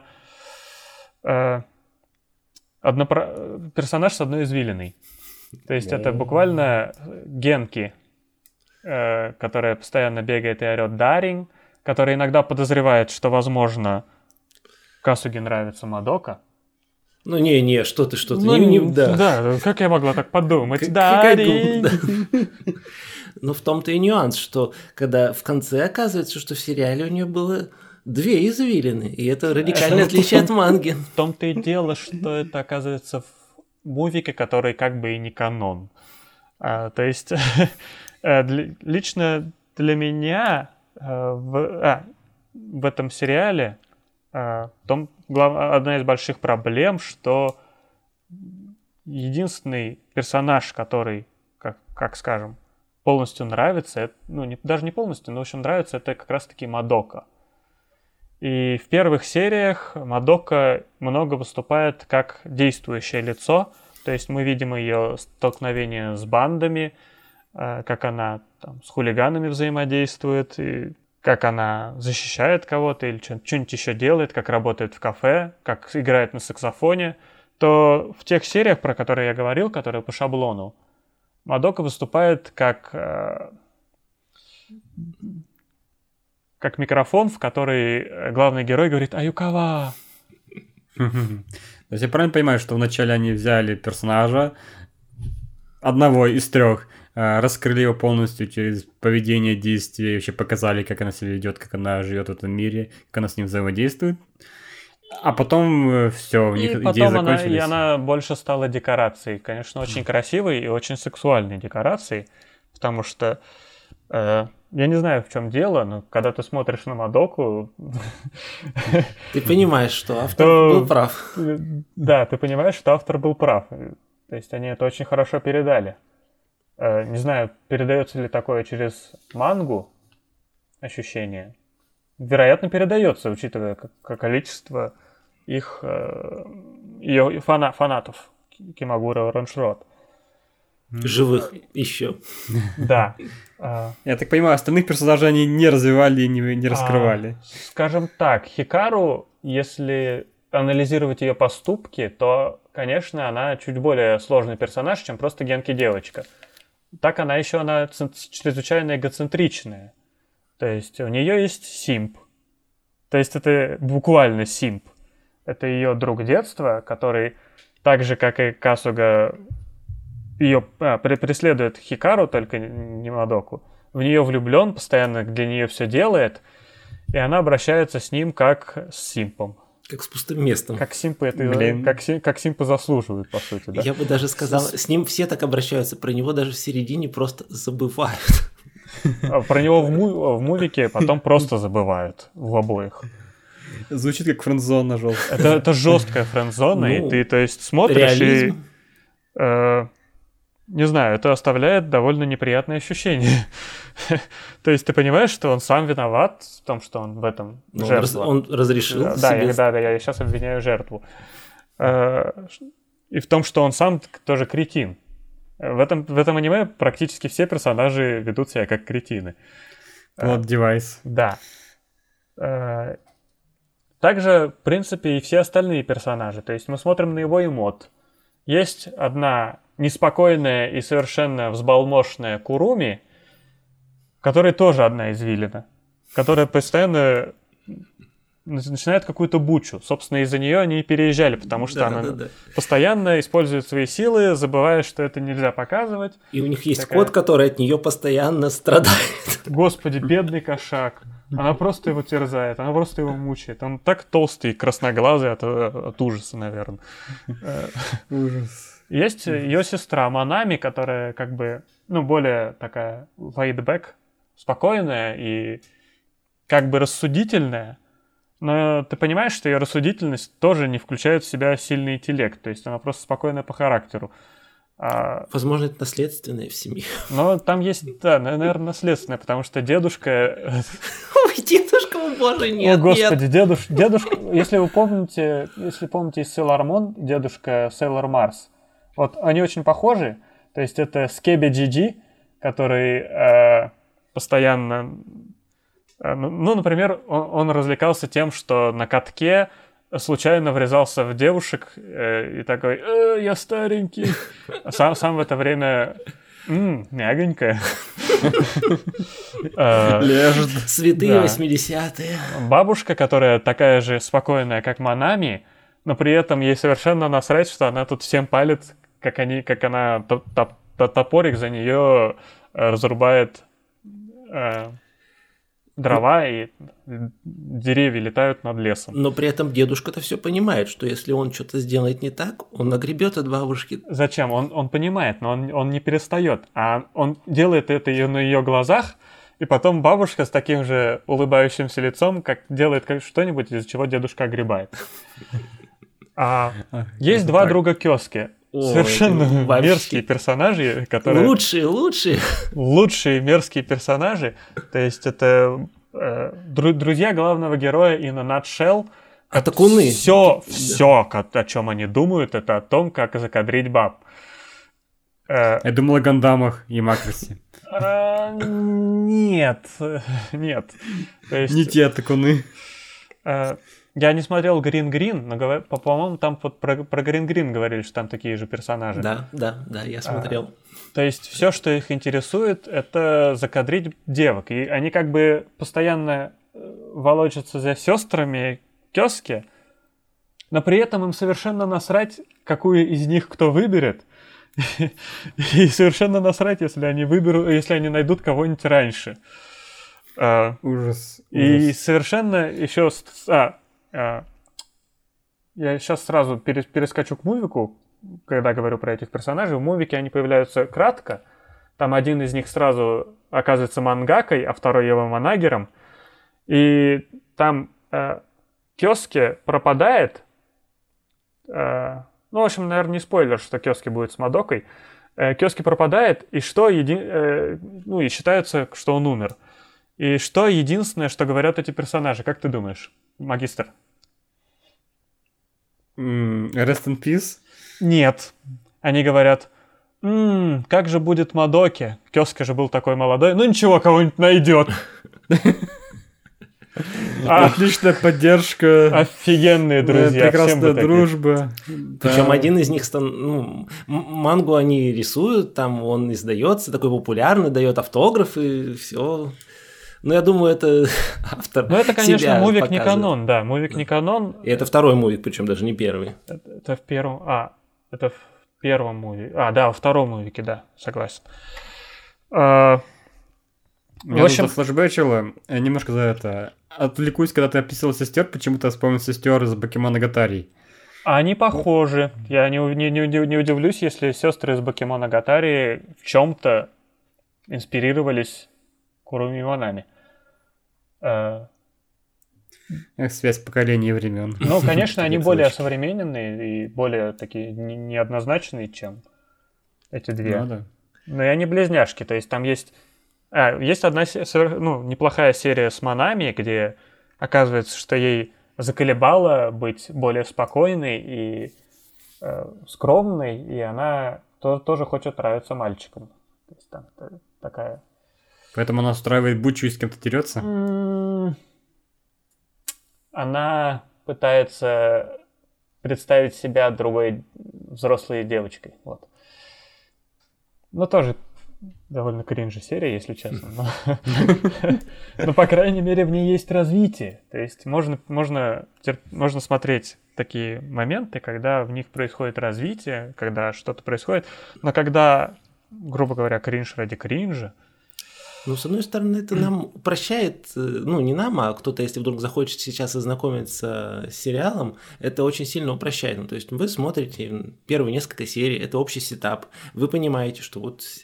персонаж с одной извилиной. То есть это буквально Генки, которая постоянно бегает и орет «Даринг», который иногда подозревает, что, возможно, Касуге нравится Мадока. Что ты. Да, как я могла так подумать? «Даринг». Но в том-то и нюанс, что когда в конце оказывается, что в сериале у нее было 2 извилины, и это радикальное отличие от манги. В том-то и дело, что это оказывается в мувике, который как бы и не канон. То есть лично для меня в этом сериале одна из больших проблем, что единственный персонаж, который, как скажем, полностью нравится, даже не полностью, но в общем нравится, это как раз-таки Мадока. И в первых сериях Мадока много выступает как действующее лицо, то есть мы видим ее столкновение с бандами, как она там с хулиганами взаимодействует, и как она защищает кого-то или что-нибудь еще делает, как работает в кафе, как играет на саксофоне, то в тех сериях, про которые я говорил, которые по шаблону, Мадока выступает как как микрофон, в который главный герой говорит «Аюкава». То есть я правильно понимаю, что вначале они взяли персонажа, одного из 3, раскрыли его полностью через поведение, действия, и вообще показали, как она себя ведет, как она живет в этом мире, как она с ним взаимодействует. А потом все, у них И идеи потом закончились. она больше стала декорацией. Конечно, очень красивой и очень сексуальной декорацией, потому что я не знаю, в чем дело, но когда ты смотришь на Мадоку... Ты понимаешь, что автор был прав. Да, ты понимаешь, что автор был прав. То есть они это очень хорошо передали. Не знаю, передается ли такое через мангу ощущение. Вероятно, передается, учитывая количество ее фанатов Кимагура Оранж-Род. Живых еще. Да. Я так понимаю, остальных персонажей они не развивали и не раскрывали. Скажем так, Хикару, если анализировать ее поступки, то, конечно, она чуть более сложный персонаж, чем просто Генки-девочка. Так она чрезвычайно эгоцентричная. То есть у нее есть симп. То есть это буквально симп. Это ее друг детства, который, так же, как и Касуга, ее преследует Хикару, только не Мадоку. В нее влюблен, постоянно для нее все делает, и она обращается с ним как с симпом. Как с пустым местом. Как симпы как симпы заслуживают, по сути, да? Я бы даже сказал, с ним все так обращаются, про него даже в середине просто забывают. Про него в мувике потом просто забывают в обоих. Звучит как френдзона жесткая. Это жесткая френдзона, и ты, то есть, смотришь реализм. и... Не знаю, это оставляет довольно неприятное ощущение. То есть ты понимаешь, что он сам виноват в том, что он в этом жертва. Он разрешил себе... Я сейчас обвиняю жертву. И в том, что он сам тоже кретин. В этом аниме практически все персонажи ведут себя как кретины. Плот-девайс. Да. Также, в принципе, и все остальные персонажи. То есть мы смотрим на его эмот. Есть одна неспокойная и совершенно взбалмошная Куруми, которая тоже одна извилина, которая постоянно начинает какую-то бучу. Собственно, из-за нее они и переезжали, потому что она постоянно использует свои силы, забывая, что это нельзя показывать. И у них есть кот, который от нее постоянно страдает. Господи, бедный кошак. Она просто его терзает, она просто его мучает. Он так толстый и красноглазый от ужаса, наверное. Ужас. Есть ее сестра Манами, которая как бы, более такая laid-back, спокойная и как бы рассудительная. Но ты понимаешь, что ее рассудительность тоже не включает в себя сильный интеллект. То есть она просто спокойная по характеру. Возможно, это наследственное в семье. Но там есть, да, наверное, наследственное, потому что дедушка... Ой, дедушка, о боже, нет, О, господи, дедушка... Если помните из Sailor Moon, дедушка Sailor Mars, вот они очень похожи. То есть это Скеби Джиджи, который постоянно... например, он развлекался тем, что на катке случайно врезался в девушек и такой: я старенький. Сам в это время мягонькая. Лежит. Святые 80-е. Бабушка, которая такая же спокойная, как Манами, но при этом ей совершенно насрать, что она тут всем палит, как она топорик за нее разрубает дрова, и деревья летают над лесом. Но при этом дедушка-то все понимает, что если он что-то сделает не так, он нагребет от бабушки. Зачем? Он понимает, но он не перестает. А он делает это на ее глазах, и потом бабушка с таким же улыбающимся лицом делает что-нибудь, из-за чего дедушка огребает. Есть два друга Кёски. Совершенно мерзкие персонажи, которые... Лучшие мерзкие персонажи. То есть это друзья главного героя in a nutshell. Атакуны. Все, о чем они думают, это о том, как закадрить баб. Я думал о Гандамах и Макросе. Нет. То есть, не те атакуны. Я не смотрел Green, но, по-моему, там вот про Green говорили, что там такие же персонажи. Да, я смотрел. То есть все, что их интересует, это закадрить девок. И они как бы постоянно волочатся за сестрами Кёске, но при этом им совершенно насрать, какую из них кто выберет. И совершенно насрать, если они найдут кого-нибудь раньше. Ужас. И совершенно еще... я сейчас сразу перескочу к мувику, когда говорю про этих персонажей. В мувике они появляются кратко. Там один из них сразу оказывается мангакой, а второй его манагером. И там Кёске пропадает. В общем, наверное, не спойлер, что Кёске будет с Мадокой. Кёске пропадает, и и считается, что он умер. И что единственное, что говорят эти персонажи? Как ты думаешь, магистр? Rest in peace? Нет. Они говорят, как же будет Мадоке? Кёске же был такой молодой. Ну ничего, кого-нибудь найдет. Отличная поддержка. Офигенные друзья. Прекрасная дружба. Причем один из них, мангу они рисуют, там он издается, такой популярный, дает автограф и все. Я думаю, это автор. Это, конечно, мувик не канон, да. Мувик не канон. И это второй мувик, причем даже не первый. Это в первом. Это в первом мувике. Во втором мувике, да, согласен. В общем, флешбэчило. Немножко за это. Отвлекусь, когда ты описывал сестер, почему-то вспомнил сестер из Бакемоногатари. Они похожи. Я не удивлюсь, если сестры из Бакемоногатари в чем-то инспирировались Куруми Манами. Связь поколений и времен. Конечно, они более современные и более такие неоднозначные, чем эти две. Но и они близняшки, то есть там есть... Есть одна неплохая серия с Манами, где оказывается, что ей заколебало быть более спокойной и скромной, и она тоже хочет нравиться мальчикам. То есть там такая... Поэтому она устраивает бучу и с кем-то дерется? Она пытается представить себя другой взрослой девочкой. Вот. Тоже довольно кринжи серия, если честно. Но, по крайней мере, в ней есть развитие. То есть можно смотреть такие моменты, когда в них происходит развитие, когда что-то происходит. Но когда, грубо говоря, кринж ради кринжа, с одной стороны, это нам упрощает, не нам, а кто-то, если вдруг захочет сейчас ознакомиться с сериалом, это очень сильно упрощает. То есть вы смотрите первые несколько серий, это общий сетап, вы понимаете, что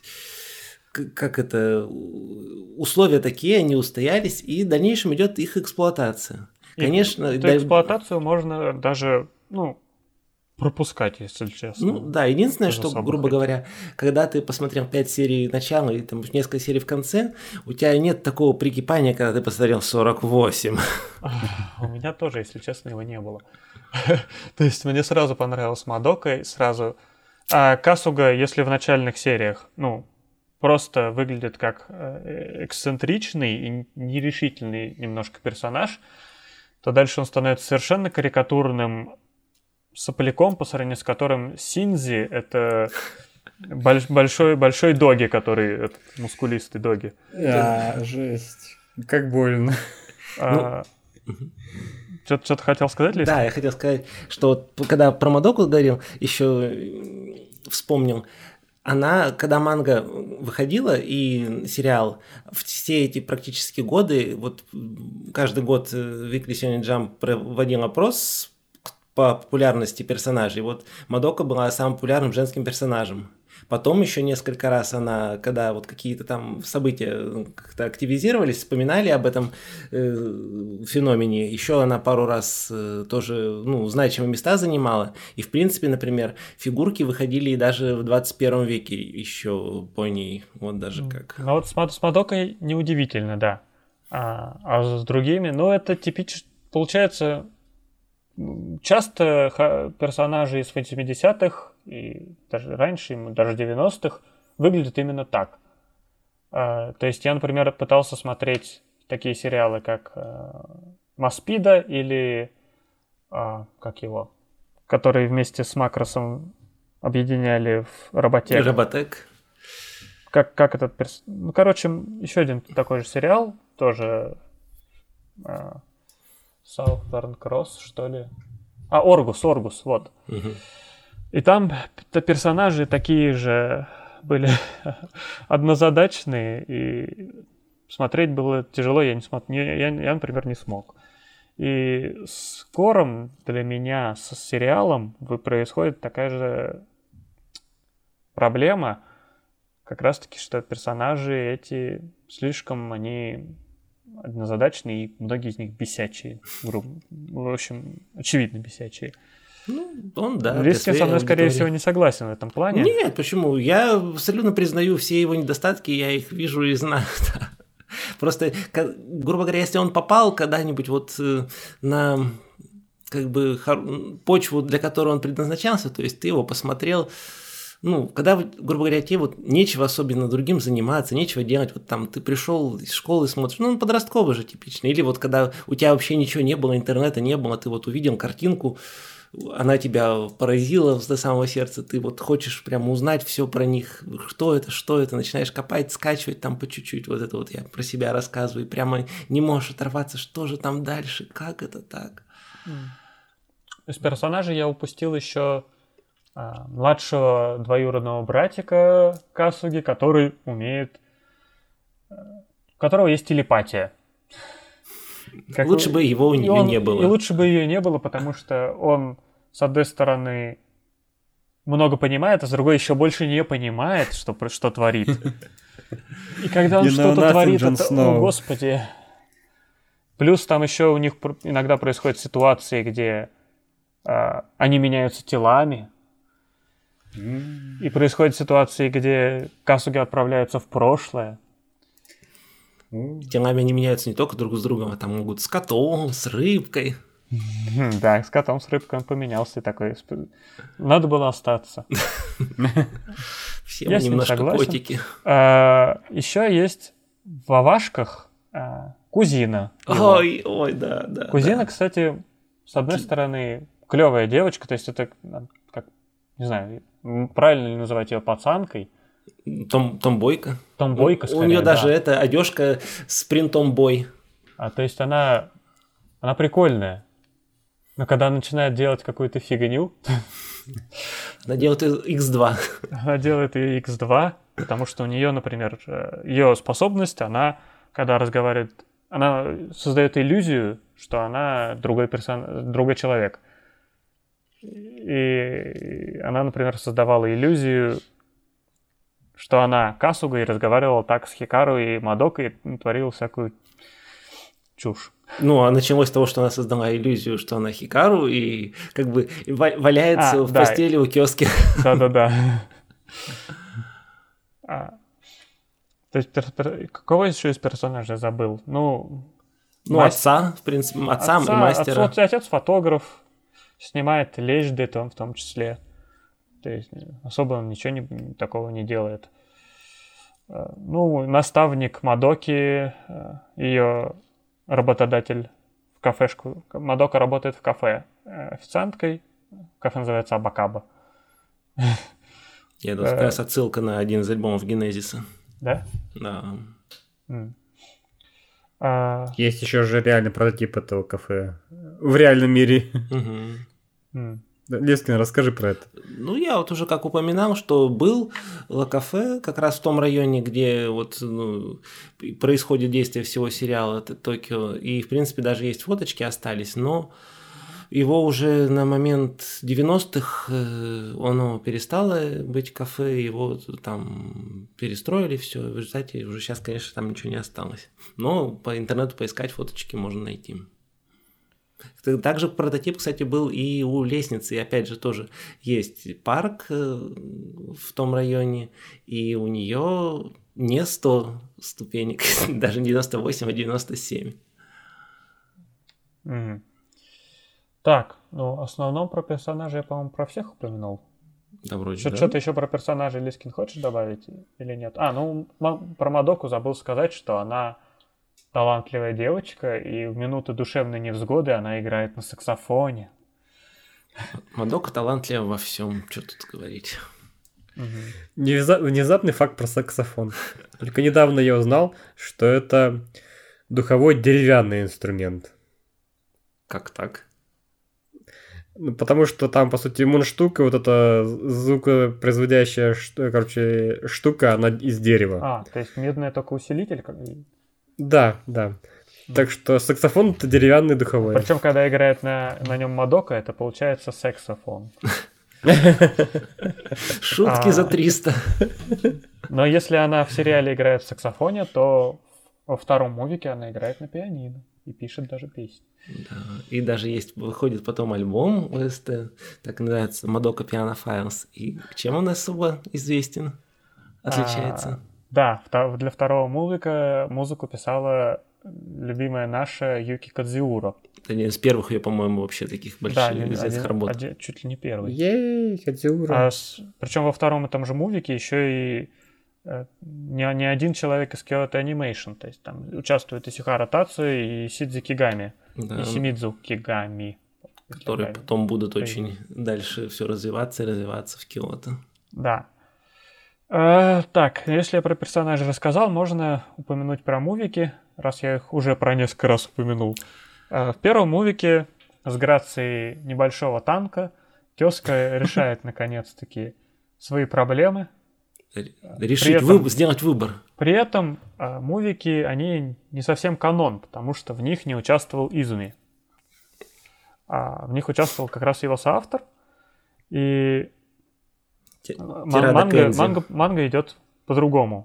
условия такие, они устоялись, и в дальнейшем идет их эксплуатация. Конечно, эту эксплуатацию можно даже, пропускать, если честно. Единственное, что, грубо говоря, когда ты посмотрел 5 серий начала и там несколько серий в конце, у тебя нет такого прикипания, когда ты посмотрел 48. У меня тоже, если честно, его не было. То есть мне сразу понравилась Мадока, сразу... А Касуга, если в начальных сериях, просто выглядит как эксцентричный и нерешительный немножко персонаж, то дальше он становится совершенно карикатурным сопляком, по сравнению с которым Синзи — это большой доги, который мускулистый доги. Жесть. Как больно. Что-то хотел сказать, Лиз? Да, я хотел сказать, что когда про Мадоку говорил, еще вспомнил, когда манга выходила и сериал, все эти практически годы, каждый год Weekly Shonen Jump проводил опрос по популярности персонажей. Мадока была самым популярным женским персонажем. Потом еще несколько раз она, когда какие-то там события как-то активизировались, вспоминали об этом феномене. Еще она пару раз тоже значимые места занимала. И в принципе, например, фигурки выходили даже в 21 веке еще по ней. Даже как. С Мадокой неудивительно, да. А с другими, это типично, получается... Часто персонажи из 80-х и даже раньше, даже 90-х выглядят именно так. То есть я, например, пытался смотреть такие сериалы, как Маспида или которые вместе с Макросом объединяли в Роботек. Роботек. Как этот еще один такой же сериал, тоже Southern Cross, что ли? Оргус, вот. И там персонажи такие же были однозадачные, и смотреть было тяжело, я, например, не смог. И с Кором для меня, с сериалом, происходит такая же проблема, как раз-таки, что персонажи эти слишком, они однозадачные, и многие из них бесячие. В общем, очевидно бесячие. Ну, он, да. Лискин со мной, скорее всего, не согласен в этом плане. Нет, почему? Я абсолютно признаю все его недостатки, я их вижу и знаю. Да. Просто, грубо говоря, если он попал когда-нибудь вот на как бы почву, для которой он предназначался, то есть ты его посмотрел, ну, когда, грубо говоря, тебе вот нечего особенно другим заниматься, нечего делать, вот там ты пришел из школы, смотришь, ну, подростковый же типично, или вот когда у тебя вообще ничего не было, интернета не было, ты вот увидел картинку, она тебя поразила до самого сердца, ты вот хочешь прямо узнать все про них, что это, начинаешь копать, скачивать там по чуть-чуть, вот это вот я про себя рассказываю, и прямо не можешь оторваться, что же там дальше, как это так. Из персонажей я упустил еще младшего двоюродного братика Касуги, который умеет, у которого есть телепатия. Лучше бы его не было. И лучше бы ее не было, потому что он, с одной стороны, много понимает, а с другой еще больше не понимает, что творит. И когда он что-то творит, о господи. Плюс там еще у них иногда происходят ситуации, где они меняются телами. И происходят ситуации, где Касуги отправляются в прошлое. Телами они меняются не только друг с другом, а там могут с котом, с рыбкой. Да, с котом, с рыбкой он поменялся и такой. Надо было остаться. Все мы немножко котики. Еще есть в Авашках кузина. Ой, да. Кузина, кстати, с одной стороны, клевая девочка, то есть это, как, не знаю, правильно ли называть ее пацанкой. Томбойка. Томбойка, скорее, у нее даже эта одежка с принтом бой. То есть она прикольная. Но когда начинает делать какую-то фигню... Она делает X2. Она делает ее X2, потому что у нее, например, ее способность, она, когда разговаривает, она создает иллюзию, что она другой человек. И она, например, создавала иллюзию, что она Касуга и разговаривала так с Хикару и Мадоко и творила всякую чушь. Ну, а началось с того, что она создала иллюзию, что она Хикару и как бы валяется в постели у Кёски. Да. То есть, какого еще из персонажей забыл? Отца, в принципе, отца и мастера. Отец фотограф, снимает лежды в том числе. То есть особо он ничего такого не делает. Наставник Мадоки, ее работодатель в кафешку. Мадока работает в кафе официанткой. Кафе называется Абакаба. Я думаю, как раз отсылка на один из альбомов Генезиса. Да? Да. Есть еще же реальный прототип этого кафе в реальном мире. Лескин, расскажи про это. Я вот уже как упоминал, что был Ла-кафе как раз в том районе, где происходит действие всего сериала, это Токио, и в принципе даже есть фоточки остались, но его уже на момент 90-х оно перестало быть кафе, его там перестроили, все, в результате уже сейчас, конечно, там ничего не осталось. Но по интернету поискать фоточки можно найти. Также прототип, кстати, был и у лестницы, и опять же тоже есть парк в том районе, и у нее не 100 ступенек, даже 98, а 97. Так, в основном про персонажей я, по-моему, про всех упомянул. Да, вроде, Что-то еще про персонажей, Лискин, хочешь добавить или нет? Про Мадоку забыл сказать, что она талантливая девочка, и в минуты душевной невзгоды она играет на саксофоне. Мадока талантлива во всем, что тут говорить. Внезапный факт про саксофон. Только недавно я узнал, что это духовой деревянный инструмент. Как так? Ну, потому что там, по сути, мундштука, вот эта звукопроизводящая, штука, она из дерева. То есть медный только усилитель? Да. Так что саксофон это деревянный духовой. Причем, когда играет на нем Мадока, это получается саксофон. Шутки за 300. Но если она в сериале играет в саксофоне, то во втором мувике она играет на пианино и пишет даже песни. Да. И даже выходит потом альбом ОСТ, так и называется Madoka Piano Files. И чем он особо известен? Отличается? Да, для второго мувика музыку писала любимая наша Юки Кадзиуро. Это один из первых ее, по-моему, вообще таких больших известных работ. Чуть ли не первый. Ей, Кадзиуро. Причем во втором этом же мувике еще и не один человек из Kyoto Animation. То есть там участвуют и Сихара Тацу, и Сидзи Кигами, и Симидзу Кигами. Которые потом будут очень дальше все развиваться в Киото. Да. Так, если я про персонажей рассказал, можно упомянуть про мувики, раз я их уже про несколько раз упомянул. В первом мувике с грацией небольшого танка Тёска решает наконец-таки свои проблемы. Сделать выбор. При этом мувики, они не совсем канон, потому что в них не участвовал Изуми. В них участвовал как раз его соавтор. И манга идет по-другому.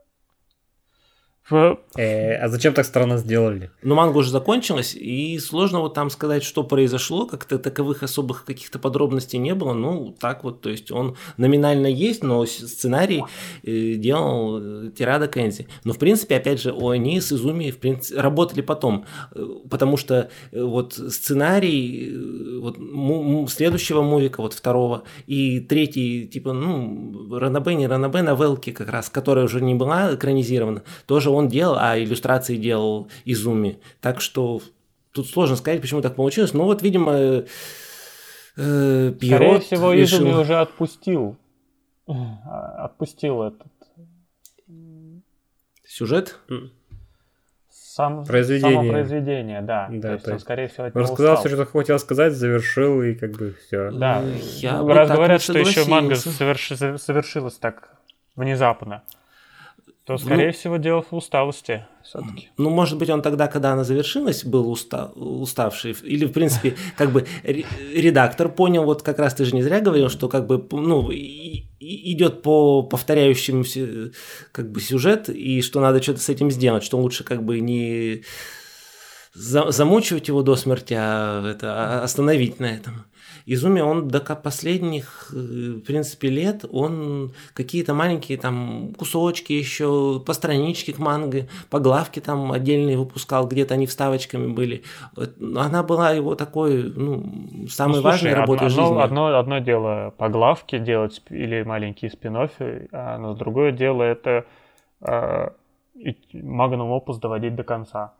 А зачем так странно сделали? Ну, манга уже закончилась, и сложно вот там сказать, что произошло, как-то таковых особых каких-то подробностей не было. Ну, так вот, то есть он номинально есть, но сценарий делал Терада Кэнзи. Но, в принципе, опять же, они с Изуми работали потом, потому что вот сценарий вот, следующего мувика, вот второго, и третий, типа, Ранобэ, не Ранобэ, новелки как раз, которая уже не была экранизирована, тоже он делал, а иллюстрации делал Изуми. Так что тут сложно сказать, почему так получилось. Но вот, видимо, Пьерот скорее всего, решил... Изуми уже отпустил этот... Сюжет? Само произведение, да. То есть он, скорее всего, от него рассказал устал. все, что хотел сказать, завершил, и как бы все. Да, раз говорят, что еще манга совершилась так внезапно, то, скорее всего, дело в усталости все-таки. Ну, может быть, он тогда, когда она завершилась, был уставший. Или, в принципе, как бы редактор понял, вот как раз ты же не зря говорил, что как бы, идет по повторяющемуся как бы сюжет, и что надо что-то с этим сделать, что лучше как бы не замучивать его до смерти, а остановить на этом. Изуми, он до последних, в принципе, лет, он какие-то маленькие там кусочки еще, по страничке к манге, по главке там отдельные выпускал, где-то они вставочками были. Она была его такой, самой важной работой в жизни. Одно дело по главке делать или маленькие спин-оффы, но другое дело это магнум опус доводить до конца.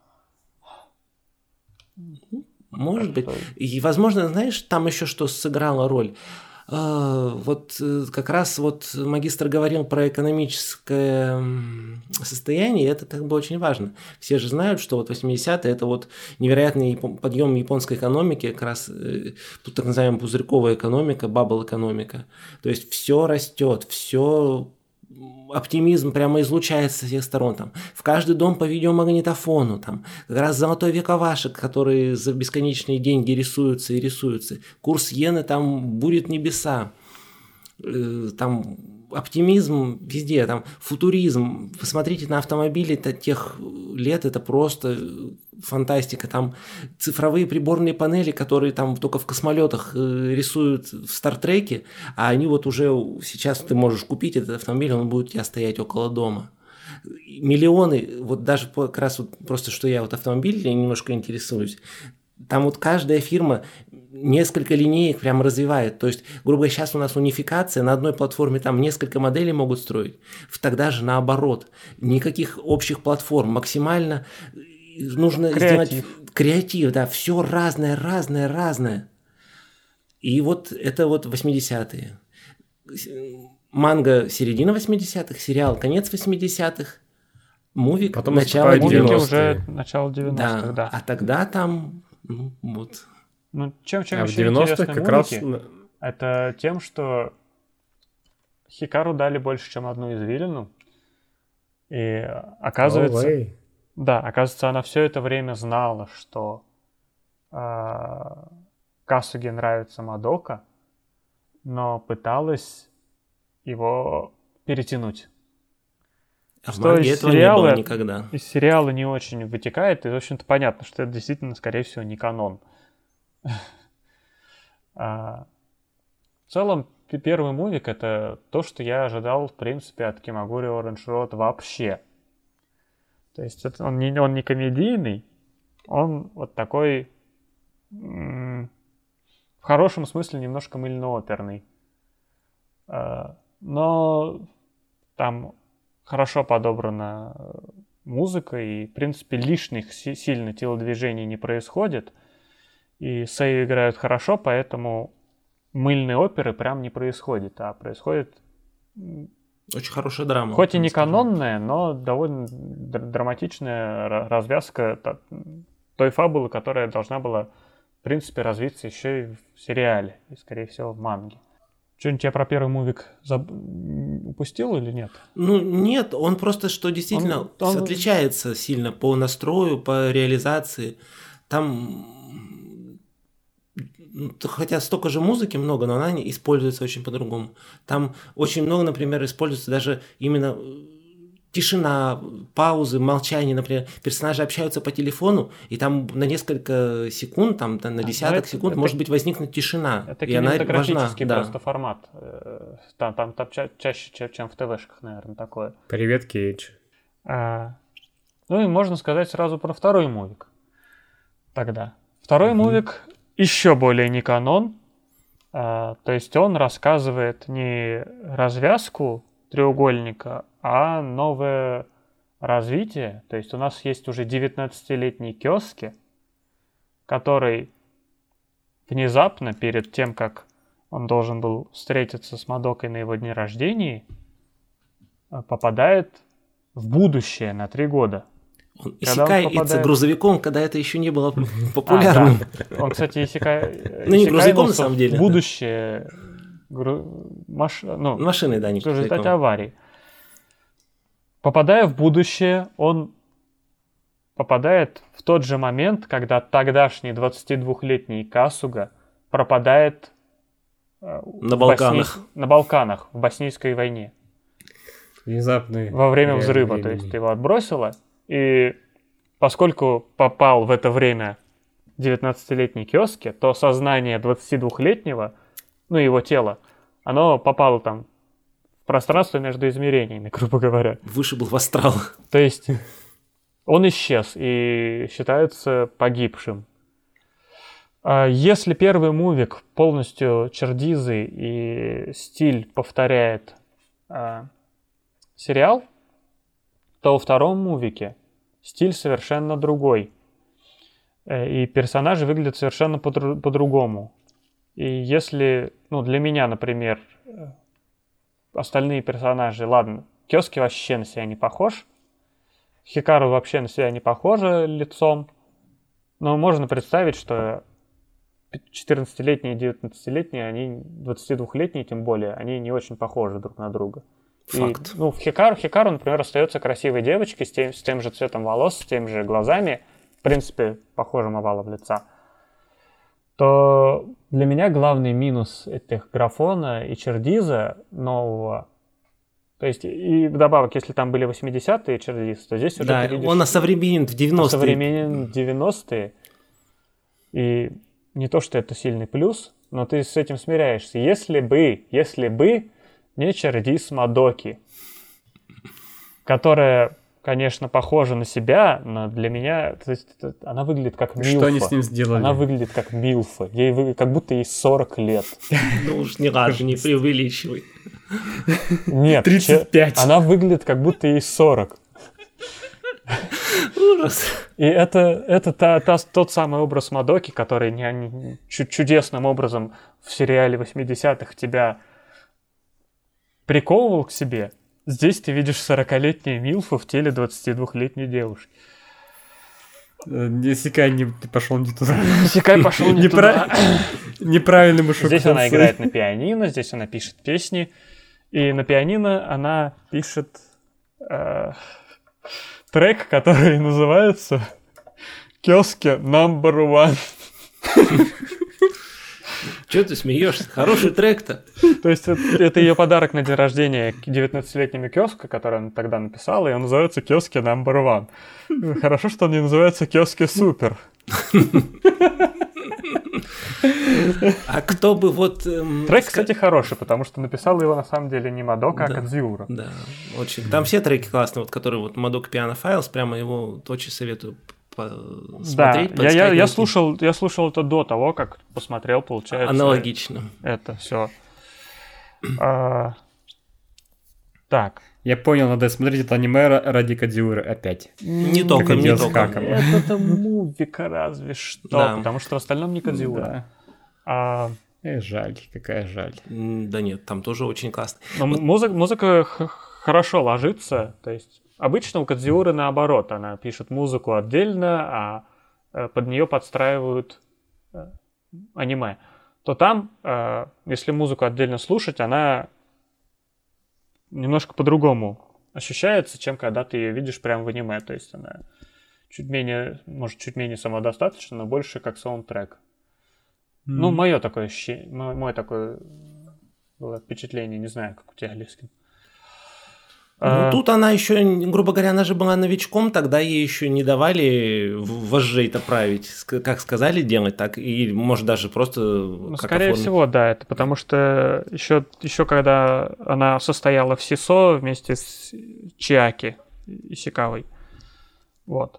Может быть. И, возможно, знаешь, там еще что сыграло роль. Вот как раз вот магистр говорил про экономическое состояние, и это как бы очень важно. Все же знают, что вот 80-е это вот невероятный подъем японской экономики, как раз тут так называемая пузырьковая экономика, бабл-экономика. То есть все растет, все... Оптимизм прямо излучается со всех сторон. Там, в каждый дом по видеомагнитофону. Там, как раз золотой век овашек, которые за бесконечные деньги рисуются и рисуются. Курс иены там бурит небеса. Там оптимизм везде. Там футуризм. Посмотрите на автомобили тех лет. Это просто фантастика. Там цифровые приборные панели, которые там только в космолетах рисуют в Стартреке, а они вот уже сейчас ты можешь купить этот автомобиль, он будет у тебя стоять около дома. Миллионы, вот даже как раз вот просто, что я вот автомобиль, я немножко интересуюсь, там вот каждая фирма несколько линеек прям развивает. То есть, грубо говоря, сейчас у нас унификация, на одной платформе там несколько моделей могут строить. Тогда же наоборот. Никаких общих платформ. Максимально нужно сделать креатив, да, все разное. И вот это вот 80-е. Манга середина 80-х, сериал конец 80-х, Мувик Потом начало наступает Мувики 90-е. уже начало 90-х, да. А тогда там, вот. Ну, чем А в еще 90-х интересны как раз... Мувики, это тем, что Хикару дали больше, чем одну извилину. И оказывается, Ой. да, оказывается, она все это время знала, что Касуге нравится Мадока, но пыталась его перетянуть. А в Что манге из этого не сериала- было никогда. Из сериала не очень вытекает, и, в общем-то, понятно, что это действительно, скорее всего, не канон. В целом, первый мувик — это то, что я ожидал, в принципе, от Кимагури Orange Road вообще. То есть он не комедийный, он вот такой, в хорошем смысле, немножко мыльно-оперный. Но там хорошо подобрана музыка, и, в принципе, лишних сильно телодвижений не происходит. И сею играют хорошо, поэтому мыльной оперы прям не происходит, а происходит Очень хорошая драма. хоть и прям не скажу. канонная, но довольно драматичная развязка той фабулы, которая должна была, в принципе, развиться еще и в сериале, и, скорее всего, в манге. Что-нибудь я про первый мувик упустил или нет? Ну, нет, он просто, что действительно Он- отличается сильно по настрою, по реализации. Там, хотя столько же музыки много, но она не используется очень по-другому. Там очень много, например, используется даже именно тишина, паузы, молчание, например, персонажи общаются по телефону, и там на несколько секунд, там на десяток это- секунд это- может быть возникнуть тишина, Это и она важна. кинематографический Да. просто формат. Там чаще, чем в ТВшках, наверное, такое. Привет, Кейдж. Ну и можно сказать сразу про второй мувик. Тогда. Второй мувик еще более не канон. То есть он рассказывает не развязку треугольника, а новое развитие. То есть у нас есть уже 19-летний Кёске, который внезапно, перед тем, как он должен был встретиться с Мадокой на его дне рождения, попадает в будущее на 3 года. Он Когда он исекается попадает- грузовиком, когда это еще не было популярным. Он, кстати, Ну, не грузовиком, на исеканулся самом деле, в да. будущее Машины, да, не в результате грузовиком. аварии. Попадая в будущее, он попадает в тот же момент, когда тогдашний 22-летний Касуга пропадает На Балканах. на Балканах в Боснийской войне. Внезапный. Во время реально взрыва. То времени. есть его отбросило. И поскольку попал в это время 19-летний Кёске, то сознание 22-летнего, ну, его тело, оно попало там в пространство между измерениями, грубо говоря. Вышибл в астрал. То есть он исчез и считается погибшим. Если первый мувик полностью чердизы и стиль повторяет сериал, то во втором мувике стиль совершенно другой. И персонажи выглядят совершенно по-другому. И если, ну, для меня, например, остальные персонажи, ладно, Кёске вообще на себя не похож, Хикару вообще на себя не похожа лицом, но можно представить, что 14-летние и 19-летние, они 22-летние тем более, они не очень похожи друг на друга. Факт. И, ну, Хикару, например, остается красивой девочкой с тем же цветом волос, с теми же глазами, в принципе, похожим овалом лица. То для меня главный минус этих графона и чердиза нового, то есть и вдобавок, если там были 80-е чердиз, то здесь уже Да, ты видишь, он осовременен в 90-е. современен 90-е. И не то, что это сильный плюс, но ты с этим смиряешься. Если бы не чердиз Мадоки, которая, конечно, похожа на себя, но для меня, то есть, она выглядит как милфа. Что они с ним сделали? Она выглядит как милфа. Как будто ей 40 лет. Ну уж не ладно, не преувеличивай. Нет, 35. она выглядит как будто ей 40. Ужас. И это тот самый образ Мадоки, который чудесным образом в сериале 80-х тебя приковывал к себе, Здесь ты видишь 40-летнюю Милфу в теле 22-летней девушки. Исекай ты пошел не туда. Исекай пошел не туда. Неправильный мышок. Здесь она играет на пианино, здесь она пишет песни. И на пианино она пишет трек, который называется «Кёске Number One». Чё ты смеешься? Хороший трек-то. То есть это ее подарок на день рождения к 19-летнему Кёске, который она тогда написала, и он называется «Кёске Number One». Хорошо, что он не называется «Кёске Супер». А кто бы вот... Трек, кстати, хороший, потому что написал его на самом деле не Мадока, а Кадзиура. Да, очень. Там все треки классные, вот которые вот Мадока Piano Files, прямо его очень советую смотреть. Да, я слушал это до того, как посмотрел, получается. Аналогично. Это все. Так. Я понял, надо смотреть это аниме ради Кадзиуры опять. Не только. Это мувика разве что, Да. потому что в остальном не Кадзиура. Жаль, какая жаль. Да нет, там тоже очень классно. Но музыка хорошо ложится, то есть обычно у Кадзиуры наоборот, она пишет музыку отдельно, а под нее подстраивают аниме. То там, если музыку отдельно слушать, она немножко по-другому ощущается, чем когда ты ее видишь прямо в аниме. То есть она чуть менее самодостаточна, но больше как саундтрек. Ну, мое такое ощущение, мое такое было впечатление, не знаю, как у тебя, Лескин. Тут она еще, грубо говоря, она же была новичком, тогда ей еще не давали вожжей-то править. Как сказали делать, так и, может, даже просто... Скорее всего, да, это потому что еще когда она состояла в СИСО вместе с Чиаки Исикавой. Вот.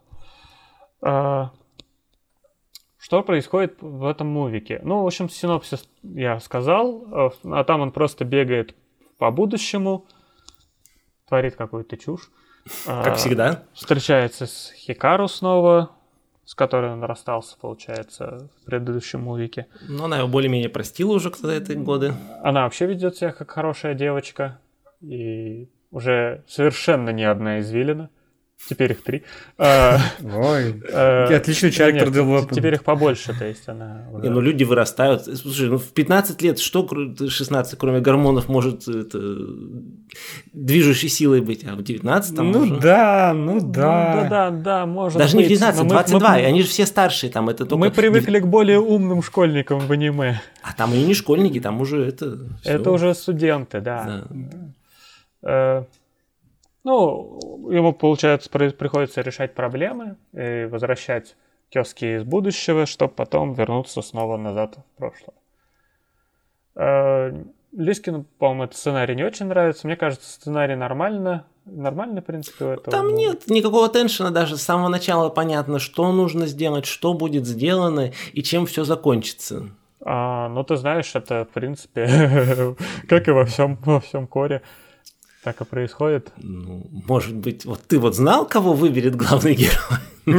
Что происходит в этом мувике? Ну, в общем, синопсис я сказал, а там он просто бегает по будущему, творит какую-то чушь. Как всегда. Встречается с Хикару снова, с которой он расстался, получается, в предыдущем мувике. Но она его более-менее простила уже за эти годы. Она вообще ведет себя как хорошая девочка. И уже совершенно не одна извилина. Теперь их 3. Ой, отличный человек продал. Теперь их побольше, то есть она... Ну, люди вырастают. Слушай, в 15 лет что 16, кроме гормонов, может движущей силой быть, а в 19 там уже... Да, может даже быть. Не в 19, 22, и они же все старшие там. Это только... Мы привыкли к более умным школьникам в аниме. А там они не школьники, там уже это... Это уже студенты, да. Ну, ему, получается, приходится решать проблемы и возвращать Кёски из будущего, чтобы потом вернуться снова назад в прошлое. Лискину, по-моему, этот сценарий не очень нравится. Мне кажется, сценарий нормальный, в принципе, у этого. Там нет никакого теншена даже. С самого начала понятно, что нужно сделать, что будет сделано и чем все закончится. Ну, ты знаешь, это, в принципе, как и во всем коре. Так и происходит. Ну, может быть, вот ты вот знал, кого выберет главный герой?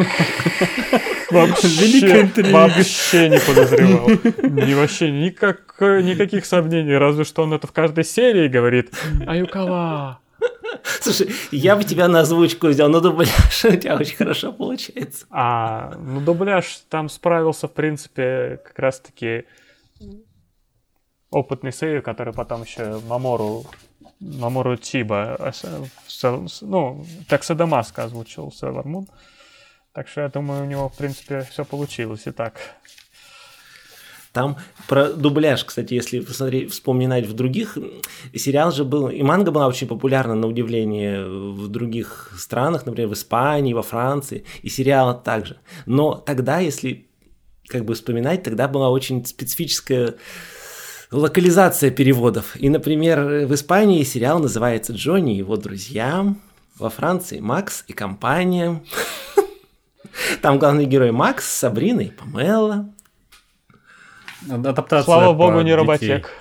Вообще не подозревал. Вообще никаких сомнений, разве что он это в каждой серии говорит. Аюкава. Слушай, я бы тебя на озвучку взял, но дубляж у тебя очень хорошо получается. Ну дубляж там справился, в принципе, как раз-таки опытный сейвер, который потом еще Мамору Чиба, ну, Таксада Маска озвучил Sailor Moon. Так что я думаю, у него, в принципе, все получилось и так. Там про дубляж, кстати, если вспоминать в других, сериал же был, и манга была очень популярна, на удивление, в других странах, например, в Испании, во Франции, и сериал также. Но тогда, если как бы вспоминать, тогда была очень специфическая локализация переводов. И, например, в Испании сериал называется «Джонни и его друзья», во Франции «Макс и компания». Там главный герой Макс с Сабриной, Памела. Адаптация. Слава богу, не Роботек.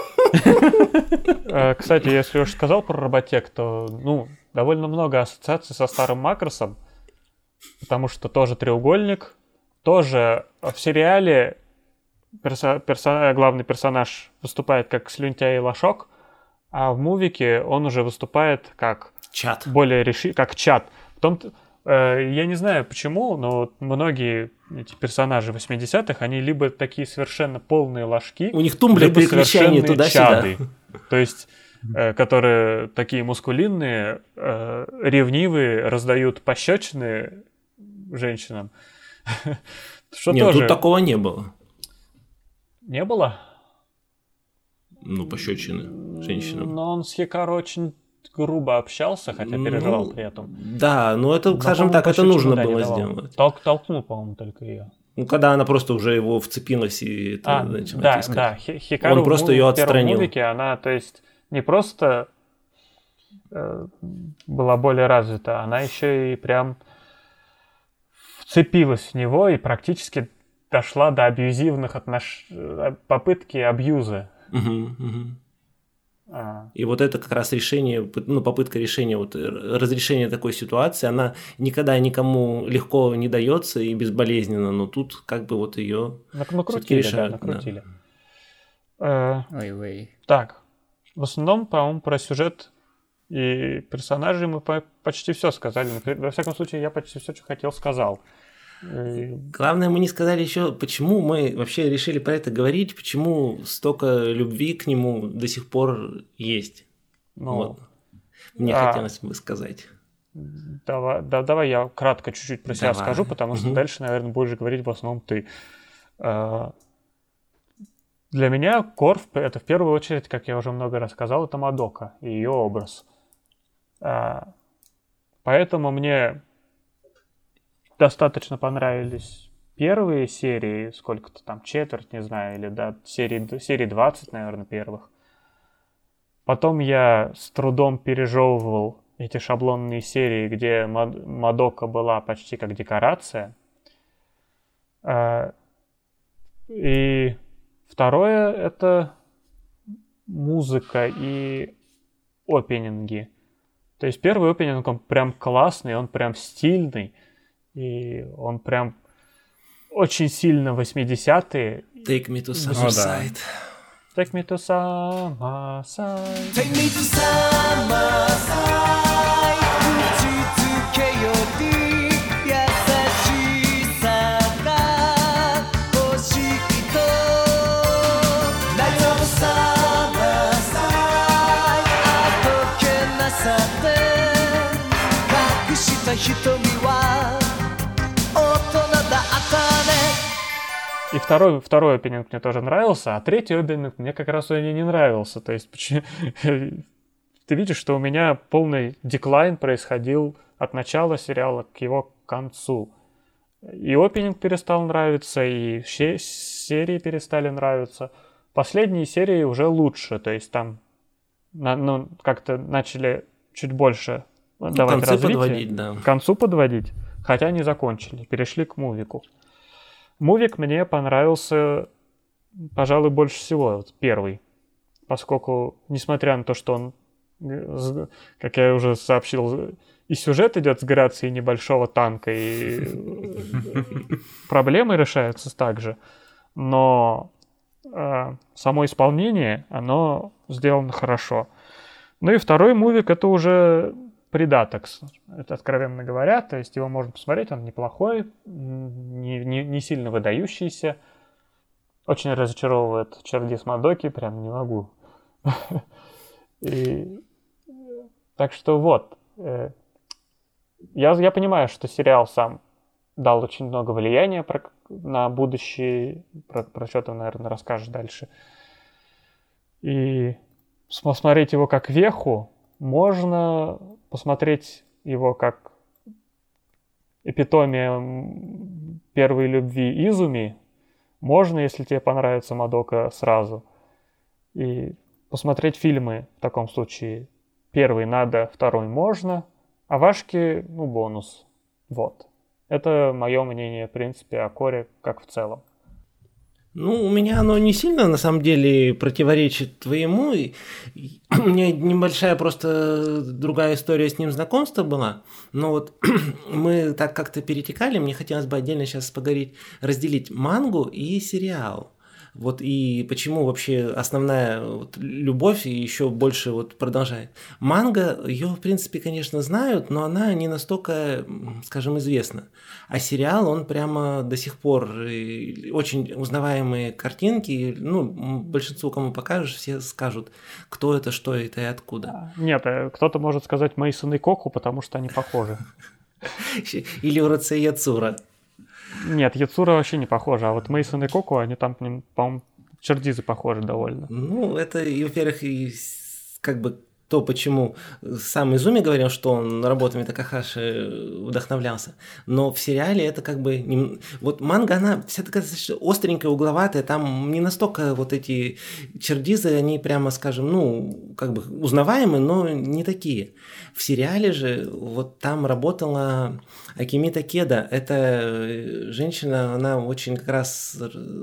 Кстати, если уж сказал про Роботек, то довольно много ассоциаций со старым Макросом, потому что тоже треугольник, тоже в сериале главный персонаж выступает как слюнтяй и лошок, А в мувике он уже выступает как Чат. как чат. Я не знаю почему, но вот многие эти персонажи 80-х, они либо такие совершенно полные ложки, у них тумблер переключения туда-сюда. чады. То есть, которые такие мускулинные, ревнивые, раздают пощечины женщинам. Что Нет, тоже... тут такого не было. Не было? Ну, пощечины женщинам. Но он с Хикару очень грубо общался, хотя переживал при этом. Да, но это, скажем так, это нужно было сделать. Толкнул, по-моему, только ее. Ну, когда она просто уже его вцепилась и начала тискать. Да, Хикару он просто ее отстранил. В первом мувике она, то есть, не просто была более развита, она еще и прям вцепилась в него и практически дошла до абьюзивных попытки абьюза. И вот это как раз решение, попытка решения, разрешения такой ситуации, она никогда никому легко не дается и безболезненно, но тут как бы вот ее накрутили, решают. Да, накрутили. Ой-ой. Так, в основном, по-моему, про сюжет и персонажей мы почти все сказали. Во всяком случае, я почти все, что хотел, сказал. Главное, мы не сказали еще, почему мы вообще решили про это говорить, почему столько любви к нему до сих пор есть. Мне хотелось бы сказать. Давай я кратко чуть-чуть про себя скажу, потому что дальше, наверное, будешь говорить в основном ты. Для меня Корф — это в первую очередь, как я уже много раз сказал, это Мадока и ее образ. Поэтому мне достаточно понравились первые серии, сколько-то там, четверть, не знаю, или серии 20, наверное, первых. Потом я с трудом пережевывал эти шаблонные серии, где Мадока была почти как декорация. И второе — это музыка и опенинги. То есть первый опенинг, он прям классный, он прям стильный. И он прям очень сильно 80-е. Take me to summer side. Take me to summer side. Take me to summer side. 打ちつけより優しさが欲しいと Night of summer side あどけなさで隠した瞳は И второй опенинг мне тоже нравился, а третий опенинг мне как раз и не нравился. То есть ты видишь, что у меня полный деклайн происходил от начала сериала к его концу. И опенинг перестал нравиться, и серии перестали нравиться. Последние серии уже лучше, то есть там как-то начали чуть больше давать развитие. К концу подводить, хотя не закончили, перешли к мувику. Мувик мне понравился, пожалуй, больше всего, вот первый. Поскольку, несмотря на то, что он, как я уже сообщил, и сюжет идет с грацией небольшого танка, и проблемы решаются так же, но само исполнение, оно сделано хорошо. Ну и второй мувик — это уже придаток, это откровенно говоря, то есть его можно посмотреть, он неплохой, не сильно выдающийся, очень разочаровывает Чародей Мадоки, прям не могу. Так что вот, я понимаю, что сериал сам дал очень много влияния на будущее, про что ты, наверное, расскажешь дальше. И посмотреть его как веху можно, посмотреть его как эпитомия первой любви Изуми можно, если тебе понравится Мадока сразу. И посмотреть фильмы в таком случае первый надо, второй можно, а Вашки, бонус. Вот. Это мое мнение, в принципе, о Коре как в целом. У меня оно не сильно, на самом деле, противоречит твоему. У меня небольшая просто другая история с ним знакомства была. Но вот мы так как-то перетекали, мне хотелось бы отдельно сейчас поговорить, разделить мангу и сериал. Вот и почему вообще основная вот любовь и еще больше вот продолжает. Манга, ее в принципе, конечно, знают, но она не настолько, скажем, известна. А сериал, он прямо до сих пор очень узнаваемые картинки, ну, большинству, кому покажешь, все скажут, кто это, что это и откуда. Нет, кто-то может сказать Мейсон и Коку, потому что они похожи. Или Уроцей Яцура. Нет, Яцура вообще не похожа, а вот Мейсон и Коку, они там, по-моему, чердизы похожи довольно. Ну, это, и, во-первых, и как бы то, почему сам Изуми говорил, что он работами Такахаши вдохновлялся. Но в сериале это как бы... Вот манга, она вся такая остренькая, угловатая, там не настолько вот эти чердизы, они прямо, скажем, ну, как бы узнаваемые, но не такие. В сериале же вот там работала Акими Такеда. Это женщина, она очень как раз...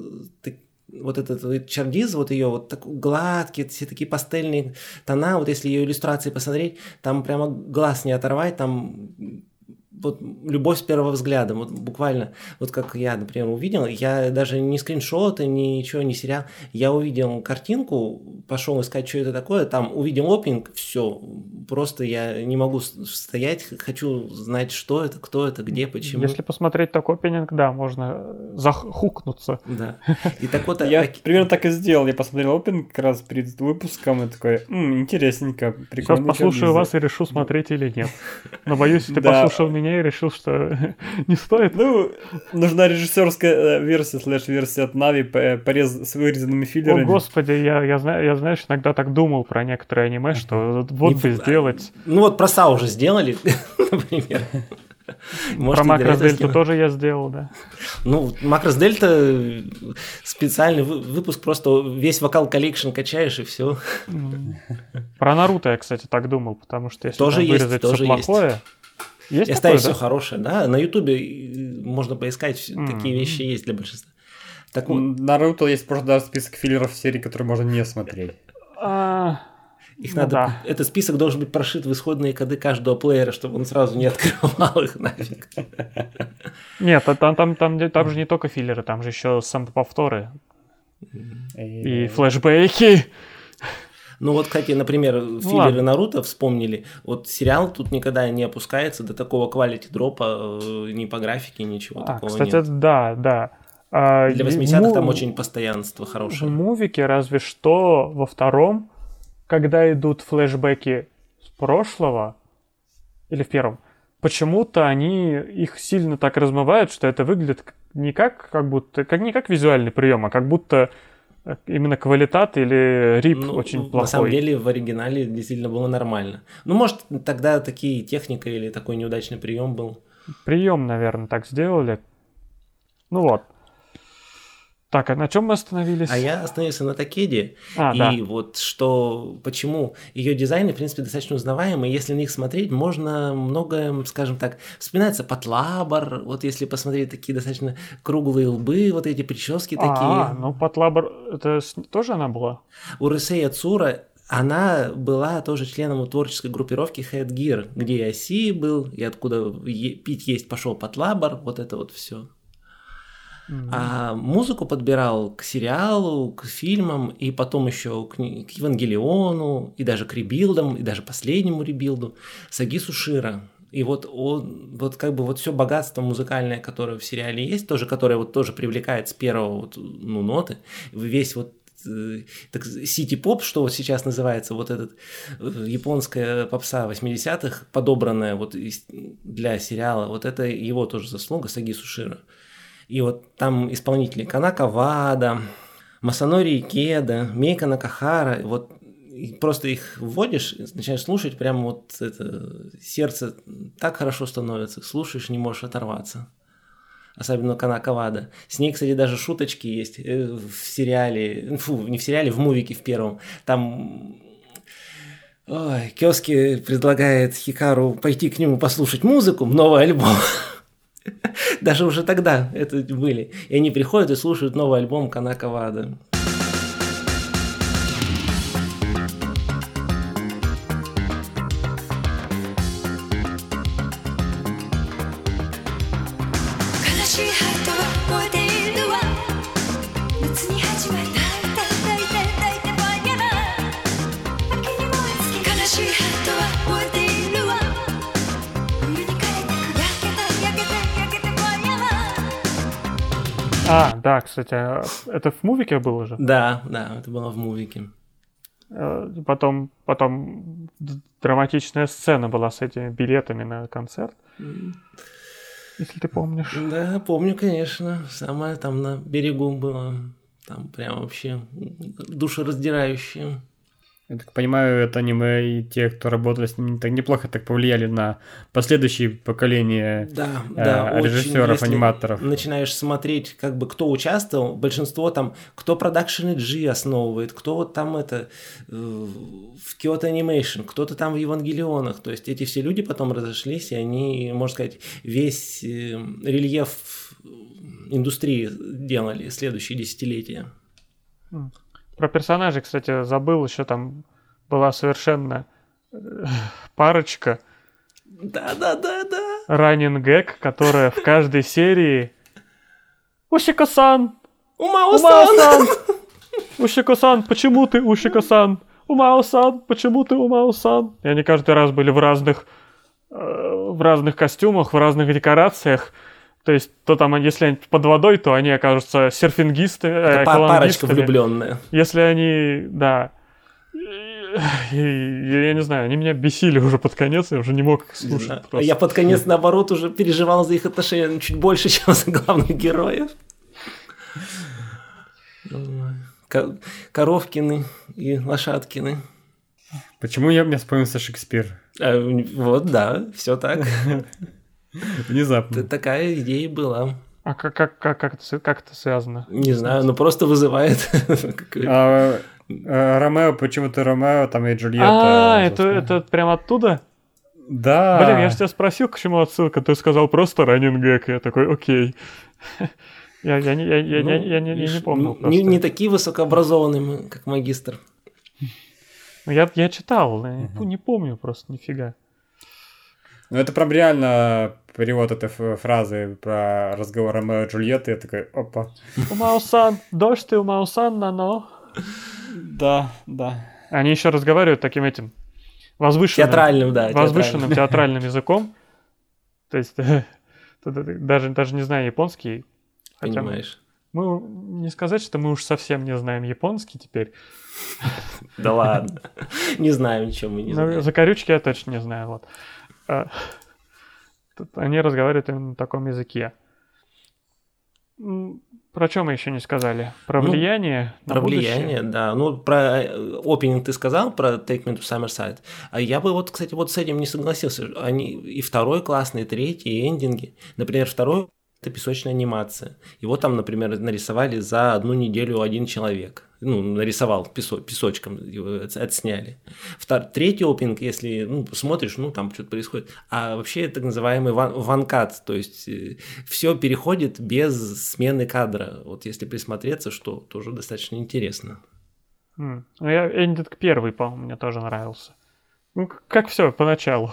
Вот этот чердиз, вот ее вот такой гладкий, все такие пастельные тона, вот если ее иллюстрации посмотреть, там прямо глаз не оторвать, там вот любовь с первого взгляда, вот буквально, вот как я, например, увидел, я даже не скриншоты, ничего, не сериал, я увидел картинку, пошел искать, что это такое, там увидел опенинг, все, просто я не могу стоять, хочу знать, что это, кто это, где, почему. Если посмотреть такой опенинг, да, можно захукнуться. Да, и так вот... Я примерно так и сделал, я посмотрел опенинг как раз перед выпуском, и такой, интересненько, прикольно. Сейчас послушаю вас и решу, смотреть или нет. Но боюсь, ты послушал меня и решил, что не стоит. Ну, нужна режиссерская версия, /версия от Нави с вырезанными филлерами. О, господи, я знаешь, иногда так думал про некоторые аниме, что вот бы сделать. Ну вот про СА уже сделали, например. Про Макрос Дельту тоже я сделал, да. Ну, Макрос Дельта специальный выпуск, просто весь вокал коллекшн качаешь и все. Про Наруто я, кстати, так думал, потому что если тоже там вырезать тоже все плохое... Есть оставить все хорошее, да. На Ютубе можно поискать, такие вещи есть для большинства. Так вот, Наруто есть просто даже список филлеров серии, которые можно не смотреть. Их надо. Этот список должен быть прошит в исходные коды каждого плеера, чтобы он сразу не открывал их нафиг. Нет, там же не только филлеры, там же еще самоповторы и флешбеки. Ну вот, кстати, например, филлеры Наруто вспомнили. Вот сериал тут никогда не опускается до такого quality дропа, ни по графике, ничего такого кстати, нет. Да. Для 80-х там очень постоянство хорошее. В мувике разве что во втором, когда идут флешбеки с прошлого, или в первом, почему-то они их сильно так размывают, что это выглядит не как визуальный прием, а как будто именно квалитат или рип очень плохой. На самом деле в оригинале действительно было нормально. Ну, может, тогда такие техника или такой неудачный прием был. Прием, наверное, так сделали. Ну вот. Так, а на чем мы остановились? А я остановился на Такеде. И вот что, почему ее дизайны, в принципе, достаточно узнаваемые. Если на них смотреть, можно многое, скажем так, вспоминается Патлабор. Вот если посмотреть такие достаточно круглые лбы, вот эти прически такие. Ну Патлабор, это тоже она была? Уросей Яцура, она была тоже членом творческой группировки Headgear, где и Оси был, и откуда пить есть пошел Патлабор, вот это вот все. А музыку подбирал к сериалу, к фильмам, и потом еще к Евангелиону, и даже к ребилдам, и даже последнему ребилду Саги Сушира. И вот вот как бы вот все богатство музыкальное, которое в сериале есть, тоже, которое вот тоже привлекает с первого ноты, весь вот сити-поп, что вот сейчас называется, вот этот японская попса 80-х, подобранная вот для сериала, вот это его тоже заслуга, Саги Сушира. И вот там исполнители Канака Вада, Масанори Икеда, Мейка Накахара, вот просто их вводишь, начинаешь слушать, прямо вот это сердце так хорошо становится, слушаешь, не можешь оторваться. Особенно Канака Вада. С ней, кстати, даже шуточки есть в сериале, не в сериале, в мувике в первом. Там Кёски предлагает Хикару пойти к нему послушать музыку, новый альбом. Даже уже тогда это были. И они приходят и слушают новый альбом Канака Вада. Да, кстати, это в мувике было же? Да, это было в мувике. Потом драматичная сцена была с этими билетами на концерт. Если ты помнишь. Да, помню, конечно. Самое там на берегу было. Там прям вообще душераздирающее. Я так понимаю, это аниме и те, кто работали с ним, так неплохо так повлияли на последующие поколения режиссеров, аниматоров. Начинаешь смотреть, как бы кто участвовал, большинство там, кто Production IG основывает, кто вот там это в Kyoto Animation, кто-то там в Евангелионах. То есть эти все люди потом разошлись, и они, можно сказать, весь рельеф индустрии делали следующие десятилетия. Про персонажей, кстати, забыл, еще там была совершенно парочка. Да. Раннин гэг, которая в каждой серии Ушико-сан! Умао-сан! Ушико-сан, почему ты Ушико-сан? Умао-сан, почему ты Умао-сан? И они каждый раз были в разных костюмах, в разных декорациях. То есть, то там, если они под водой, то они окажутся серфингистами, это парочка влюбленная. Если они, да. Я не знаю, они меня бесили уже под конец, я уже не мог их слушать. А я под конец, наоборот, уже переживал за их отношения чуть больше, чем за главных героев. Коровкины и Лошадкины. Почему мне вспомнился Шекспир? Вот, да, все так. Внезапно. Такая идея была. А как это связано? Не знаю, но просто вызывает. Ромео, почему-то Ромео, там и Джульетта. Это прям оттуда? Да. Блин, я же тебя спросил, к чему отсылка, ты сказал просто раннин гэг, я такой, окей. Я не помню. Не такие высокообразованные мы, как магистр. Я читал, не помню просто нифига. Ну, это прям реально перевод этой фразы про разговор Ромео и Джульетты. Я такой, опа. Умао-сан, дождь ты, Умао-сан, нано. Да. Они еще разговаривают таким этим возвышенным театральным языком. То есть, даже не знаю японский. Понимаешь. Мы не сказать, что мы уж совсем не знаем японский теперь. Да ладно. Не знаю ничего, мы не знаем. Закорючки я точно не знаю, вот. Тут они разговаривают именно на таком языке. Про что мы еще не сказали? Про влияние на будущее? Про влияние, да. Ну, про опенинг ты сказал, про Take Me to Summerside. А я бы вот, кстати, вот с этим не согласился. Они и второй классный, и третий, и эндинги. Например, второй — это песочная анимация. Его там, например, нарисовали за 1 неделю 1 человек. Ну, нарисовал песочком, его отсняли. Третий опенинг, если смотришь, там что-то происходит. А вообще так называемый ван-кат, то есть все переходит без смены кадра. Вот если присмотреться, что тоже достаточно интересно. Эндинг первый, по-моему, мне тоже нравился. Ну, как все поначалу.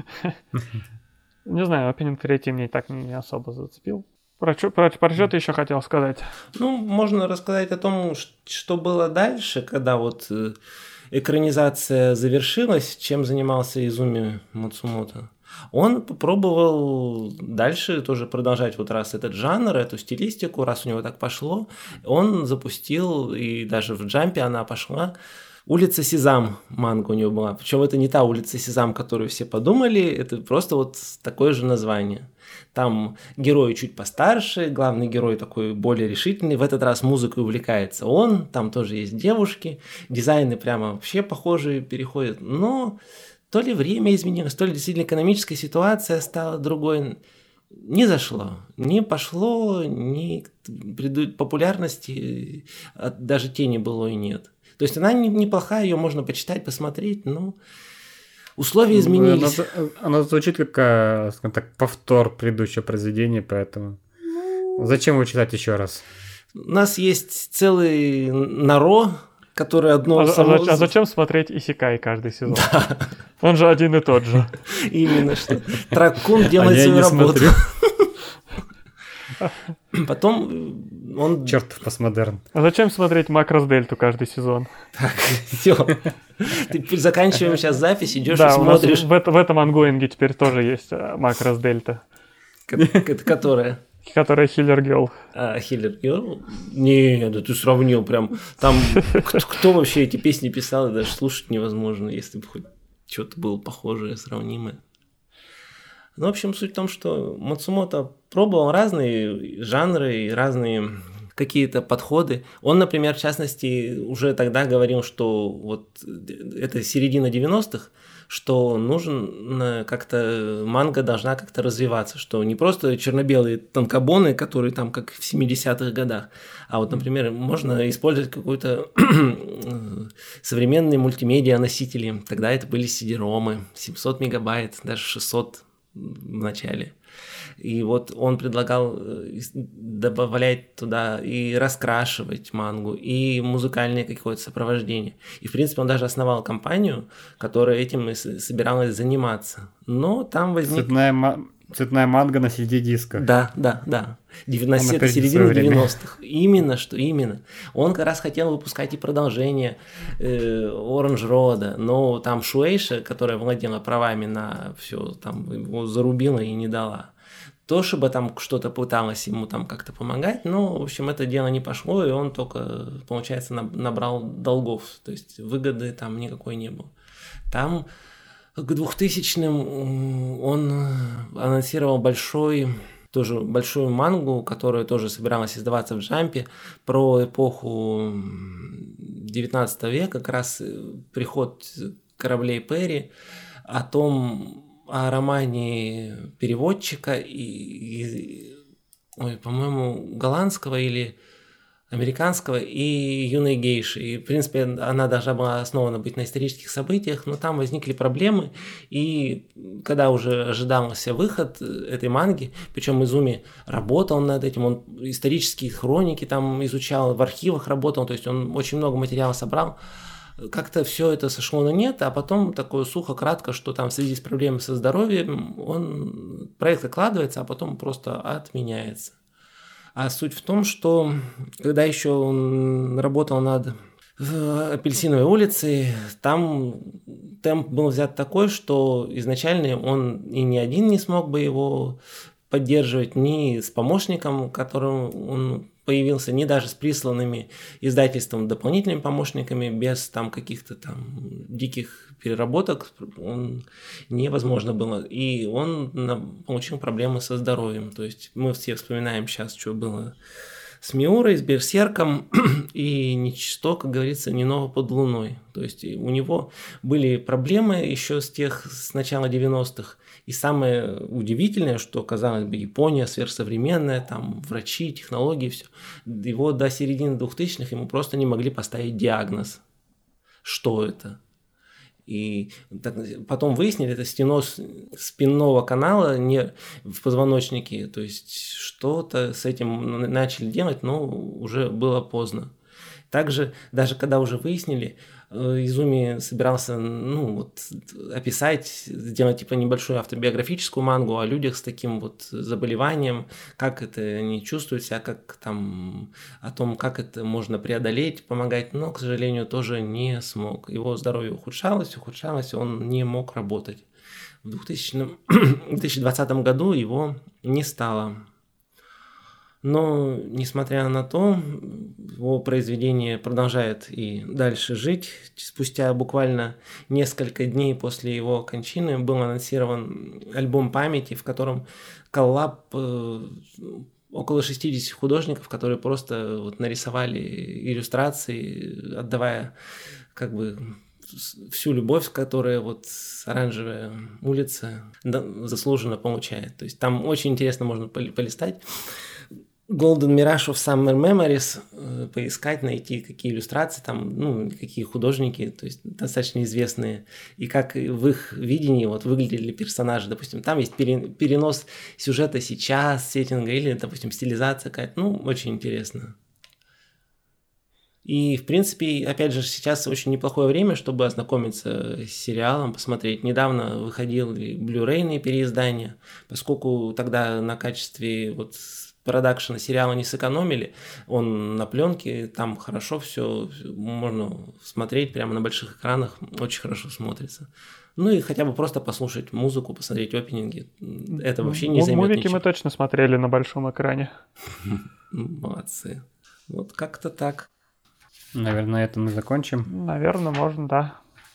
Не знаю, опенинг третий мне так не особо зацепил. Про что ты еще хотел сказать? Ну, можно рассказать о том, что было дальше, когда вот экранизация завершилась, чем занимался Изуми Мацумото. Он попробовал дальше тоже продолжать вот раз этот жанр, эту стилистику, раз у него так пошло. Он запустил, и даже в Джампе она пошла, «Улица Сезам» манга у него была. Причем это не та «Улица Сезам», которую все подумали, это просто вот такое же название. Там герои чуть постарше, главный герой такой более решительный, в этот раз музыкой увлекается он, там тоже есть девушки, дизайны прямо вообще похожие переходят, но то ли время изменилось, то ли действительно экономическая ситуация стала другой, не зашло, не пошло, ни популярности даже тени былой нет. То есть она неплохая, ее можно почитать, посмотреть, но условия изменились. Она звучит как, скажем так, повтор предыдущего произведения, поэтому зачем его читать еще раз? У нас есть целый Наро, который одно... А зачем смотреть Исекай каждый сезон? Да. Он же один и тот же. Именно что. Траккун делает свою работу. Потом он... Чертов постмодерн. А зачем смотреть Макрос Дельту каждый сезон? Так, все. Ты заканчиваем сейчас запись, идешь и смотришь. В этом ангоинге теперь тоже есть Макрос Дельта. Которая? которая Hiller Girl. Hiller Girl? Не, да ты сравнил прям. Там кто вообще эти песни писал, и даже слушать невозможно, если бы хоть что-то было похожее, сравнимое. Ну, в общем, суть в том, что Мацумото пробовал разные жанры и разные какие-то подходы. Он, например, в частности, уже тогда говорил, что вот это середина 90-х, что нужно как-то, манга должна как-то развиваться, что не просто черно-белые танкобоны, которые там как в 70-х годах, а вот, например, можно использовать какой-то современные мультимедиа-носители. Тогда это были CD-ромы, 700 мегабайт, даже 600 в начале. И вот он предлагал добавлять туда и раскрашивать мангу, и музыкальное какое-то сопровождение. И, в принципе, он даже основал компанию, которая этим и собиралась заниматься. Но там возник... Цветная манга на CD-дисках. Да. Это середина 90-х. Именно. Он как раз хотел выпускать и продолжение Orange Road, но там Шуэйша, которая владела правами на все, там его зарубила и не дала. Тошиба там что-то пыталась ему там как-то помогать, но, в общем, это дело не пошло, и он только, получается, набрал долгов, то есть выгоды там никакой не было. Там к 2000-м он анонсировал большую мангу, которая тоже собиралась издаваться в Джампе, про эпоху 19 века, как раз приход кораблей Перри, о романе переводчика по-моему, голландского или американского, и юной гейши. И, в принципе, она должна была основана быть на исторических событиях, но там возникли проблемы, и когда уже ожидался выход этой манги, причем Изуми работал над этим, он исторические хроники там изучал, в архивах работал, то есть он очень много материала собрал. Как-то все это сошло на нет, а потом такое сухо, кратко, что там в связи с проблемами со здоровьем проект откладывается, а потом просто отменяется. А суть в том, что когда еще он работал над Апельсиновой улицей, там темп был взят такой, что изначально он и ни один не смог бы его поддерживать, ни с помощником, которым он появился, ни даже с присланными издательством дополнительными помощниками, без там каких-то там диких переработок невозможно было. И он получил проблемы со здоровьем. То есть мы все вспоминаем сейчас, что было с Миурой, с Берсерком, и ничто, как говорится, не ново под луной. То есть у него были проблемы еще с начала 90-х. И самое удивительное, что, казалось бы, Япония сверхсовременная, там врачи, технологии, все. Его до середины 2000-х ему просто не могли поставить диагноз. Что это? И потом выяснили, это стеноз спинного канала не в позвоночнике. То есть что-то с этим начали делать, но уже было поздно. Также, даже когда уже выяснили, Изуми собирался описать, сделать типа небольшую автобиографическую мангу о людях с таким вот заболеванием, как это они чувствуют себя, о том, как это можно преодолеть, помогать, но, к сожалению, тоже не смог. Его здоровье ухудшалось, он не мог работать. В 2020 году его не стало. Но, несмотря на то, его произведение продолжает и дальше жить. Спустя буквально несколько дней после его кончины был анонсирован альбом памяти, в котором коллаб около 60 художников, которые просто нарисовали иллюстрации, отдавая всю любовь, которую оранжевая улица заслуженно получает. То есть там очень интересно можно полистать. Golden Mirage of Summer Memories, поискать, найти какие иллюстрации, какие художники, то есть достаточно известные, и как в их видении выглядели персонажи. Допустим, там есть перенос сюжета сейчас, сеттинга, или, допустим, стилизация какая-то, очень интересно. И, в принципе, опять же, сейчас очень неплохое время, чтобы ознакомиться с сериалом, посмотреть. Недавно выходили Blu-rayные переиздания, поскольку тогда на качестве постпродакшена сериала не сэкономили. Он на пленке, там хорошо все, можно смотреть прямо на больших экранах, очень хорошо смотрится. Ну и хотя бы просто послушать музыку, посмотреть опенинги. Это вообще не займет Мувики ничего. мы точно смотрели на большом экране. Молодцы. Вот как-то так. Наверное, на этом мы закончим. Наверное, можно, да.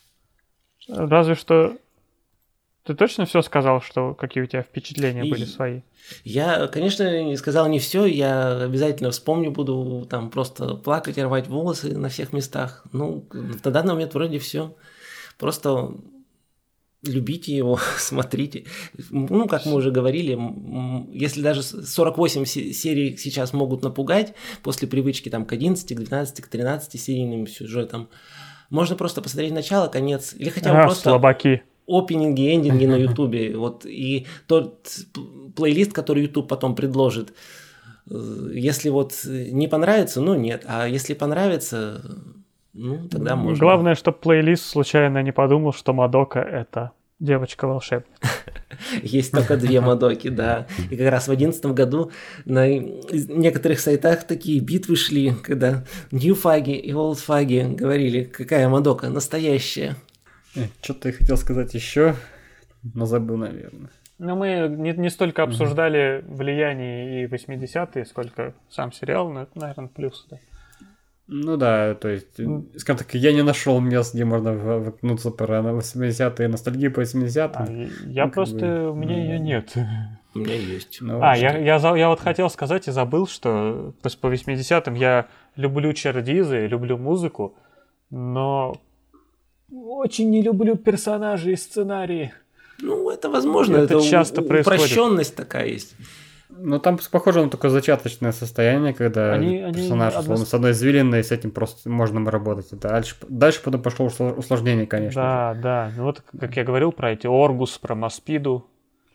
Разве что... Ты точно все сказал, что какие у тебя впечатления были свои? Я, конечно, не сказал не все, я обязательно вспомню, буду там просто плакать и рвать волосы на всех местах. Ну, на данный момент вроде все. Просто любите его, смотрите. Ну, как мы уже говорили, если даже 48 серий сейчас могут напугать, после привычки там к 11, к 12, к 13 серийным сюжетам, можно просто посмотреть начало, конец, или хотя бы просто... слабаки. Опенинги, эндинги на Ютубе, вот, и тот плейлист, который Ютуб потом предложит, если вот не понравится, ну нет, а если понравится, ну тогда можно. Главное, чтобы плейлист случайно не подумал, что Мадока — это девочка-волшебница. Есть только 2 Мадоки, да. И как раз в 2011 году на некоторых сайтах такие битвы шли, когда New Фаги и Old Фаги говорили, какая Мадока настоящая. Что-то я хотел сказать еще, но забыл, наверное. Но мы не столько обсуждали влияние и 80-е, сколько сам сериал, но это, наверное, плюс, да. Ну да, то есть, скажем так, я не нашел мест, где можно воткнуться про 80-е, ностальгию по 80-м. Я просто... У меня ее нет. У меня есть. Ну, Я вот хотел сказать и забыл, что по 80-м я люблю чердизы, люблю музыку, но очень не люблю персонажей и сценарии. Ну, это возможно, это часто происходит. Упрощенность такая есть. Ну, там похоже на такое зачаточное состояние, когда персонаж, условно, с одной извилиной, с этим просто можно работать. Дальше потом пошло усложнение, конечно. Да. Ну, вот, как я говорил про эти Оргус, про Маспиду.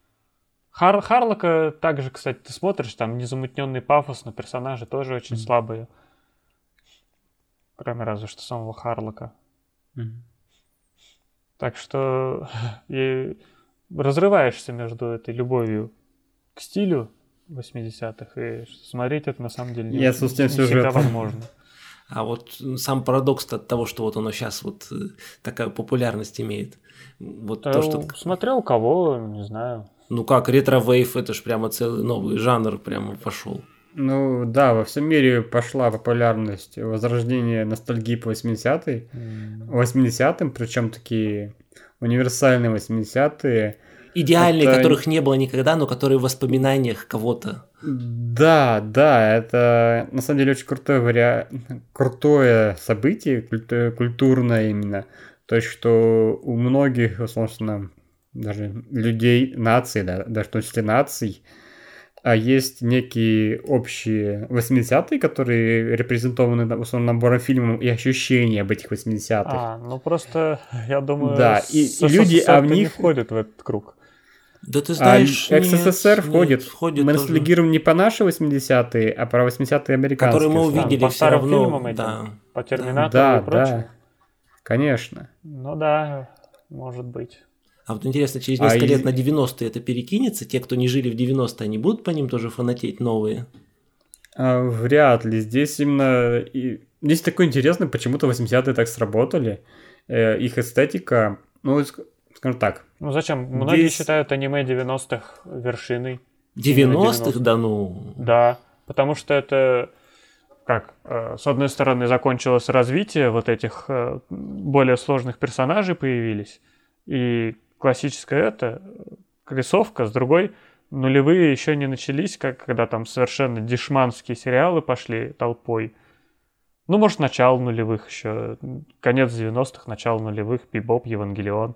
Харлока также, кстати, ты смотришь, там незамутненный пафос, но персонажи тоже очень слабые. Кроме разве что самого Харлока. Так что и разрываешься между этой любовью к стилю 80-х, и смотреть это на самом деле не всегда возможно. А вот сам парадокс от того, что вот оно сейчас вот такая популярность имеет. Вот то, что... Смотря у кого, не знаю. Ну как, ретро-вейв, это ж прямо целый новый жанр прямо пошел. Ну да, во всем мире пошла популярность возрождения ностальгии по 80-м, причем такие универсальные 80-е. Идеальные, которых не было никогда, но которые в воспоминаниях кого-то. Да, это на самом деле очень крутое событие, культурное именно. То есть, что у многих, собственно, даже людей, наций, даже в том числе наций, есть некие общие 80-е, которые репрезентованы в основном набором фильмов и ощущений об этих 80-х. Ну просто, я думаю, да, и люди в них не входят в этот круг. Да ты знаешь, СССР входит. Мы ностальгируем не по наши 80-е, а про 80-е американские. Которые мы увидели по все равно. Фильмам этим, да. По Терминатору и прочему. Да, конечно. Ну да, может быть. А вот интересно, через несколько лет на 90-е это перекинется? Те, кто не жили в 90-е, они будут по ним тоже фанатеть новые? Вряд ли. Здесь именно... Здесь такое интересное, почему-то 80-е так сработали. Их эстетика, ну, скажем так. Ну зачем? Многие считают аниме 90-х вершиной. 90-х? Да ну... Да, потому что это... Как, с одной стороны, закончилось развитие, вот этих более сложных персонажей появились, и классическая рисовка, с другой, нулевые еще не начались, когда там совершенно дешманские сериалы пошли толпой. Ну, может, начало нулевых еще, конец 90-х, начало нулевых, Бибоп, Евангелион.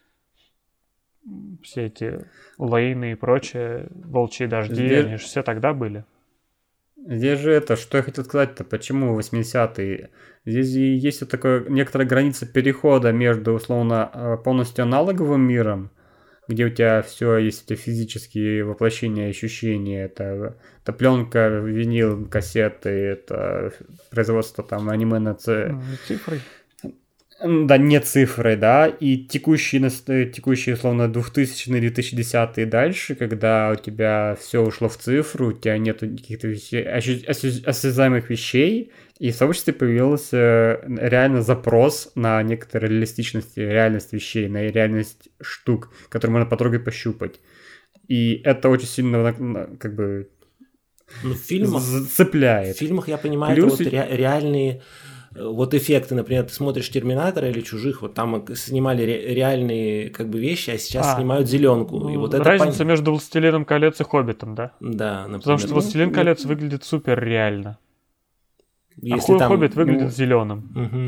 Все эти Лейны и прочее, Волчьи дожди, они же все тогда были. Здесь же что я хотел сказать-то, почему 80-е? Здесь есть вот такая некоторая граница перехода между, условно, полностью аналоговым миром, где у тебя все есть, эти физические воплощения, ощущения, это пленка, винил, кассеты, это производство там аниме на цифры. Да, не цифрой, да, и текущие, условно, 2000-е, 2010-е и дальше, когда у тебя все ушло в цифру, у тебя нету каких-то вещей, осязаемых вещей, и в сообществе появился реально запрос на некоторую реальность вещей, на реальность штук, которые можно потрогать, пощупать. И это очень сильно, как бы, Ну, в фильмах, цепляет. в фильмах, я понимаю, Плюс это вот реальные вот эффекты. Например, ты смотришь «Терминатора» или «Чужих», вот там снимали реальные как бы вещи, а сейчас снимают зеленку. И вот это разница между «Властелином колец» и «Хоббитом», да? Да, например. Потому что «Властелин колец» выглядит супер реально. Если там... «Хоббит» выглядит зеленым.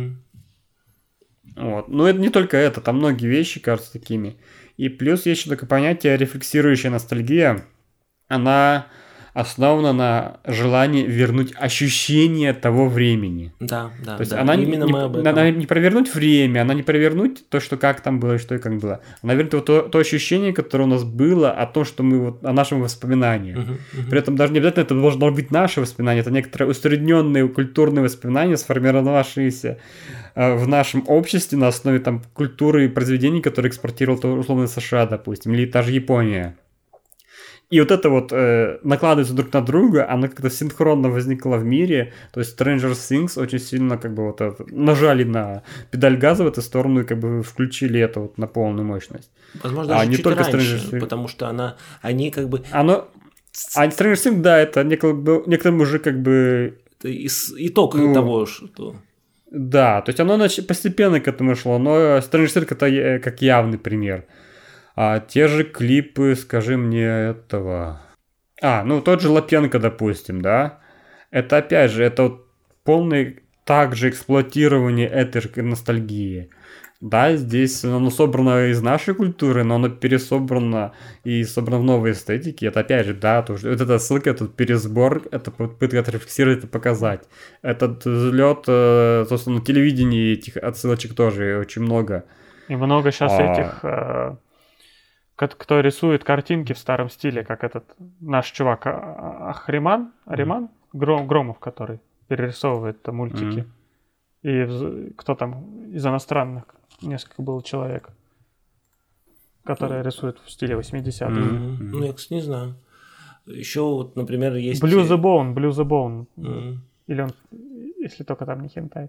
Угу. Вот. Но это не только это, там многие вещи кажутся такими. И плюс есть еще такое понятие рефлексирующая ностальгия. Она основана на желании вернуть ощущение того времени. Да, да, То есть да. она Именно мы об этом. Она не провернуть время, она не провернуть то, что как там было и что и как было. Она вернет вот то ощущение, которое у нас было, о том, что мы вот, о нашем воспоминании. При этом даже не обязательно это должно быть наше воспоминание, это некоторые усредненные культурные воспоминания, сформировавшиеся в нашем обществе на основе там культуры и произведений, которые экспортировал условно США, допустим, или та же Япония. И вот это вот накладывается друг на друга, оно как-то синхронно возникло в мире. То есть Stranger Things очень сильно как бы вот нажали на педаль газа в эту сторону и как бы включили это вот на полную мощность. Возможно, даже не чуть только раньше, Stranger Things. потому что они как бы... А Stranger Things, да, это некоторым уже как бы... Это итог того, что... Да, то есть оно постепенно к этому шло, но Stranger Things это как явный пример. А те же клипы, скажи мне, этого... тот же Лапенко, допустим, да? Это, опять же, это вот полное также эксплуатирование этой же ностальгии. Да, здесь оно собрано из нашей культуры, но оно пересобрано и собрано в новой эстетике. Это, опять же, да, вот эта ссылка, этот пересбор, это попытка отрефлексировать и показать. Этот взлет, собственно, на телевидении этих отсылочек тоже очень много. И много сейчас этих... кто рисует картинки в старом стиле, как этот наш чувак Ариман, Громов, который перерисовывает мультики. И кто там из иностранных, несколько было человек, которые рисуют в стиле 80-х. Ну, я, кстати, не знаю. Еще вот, например, есть... Blue the Bone. Или он, если только там не хентай.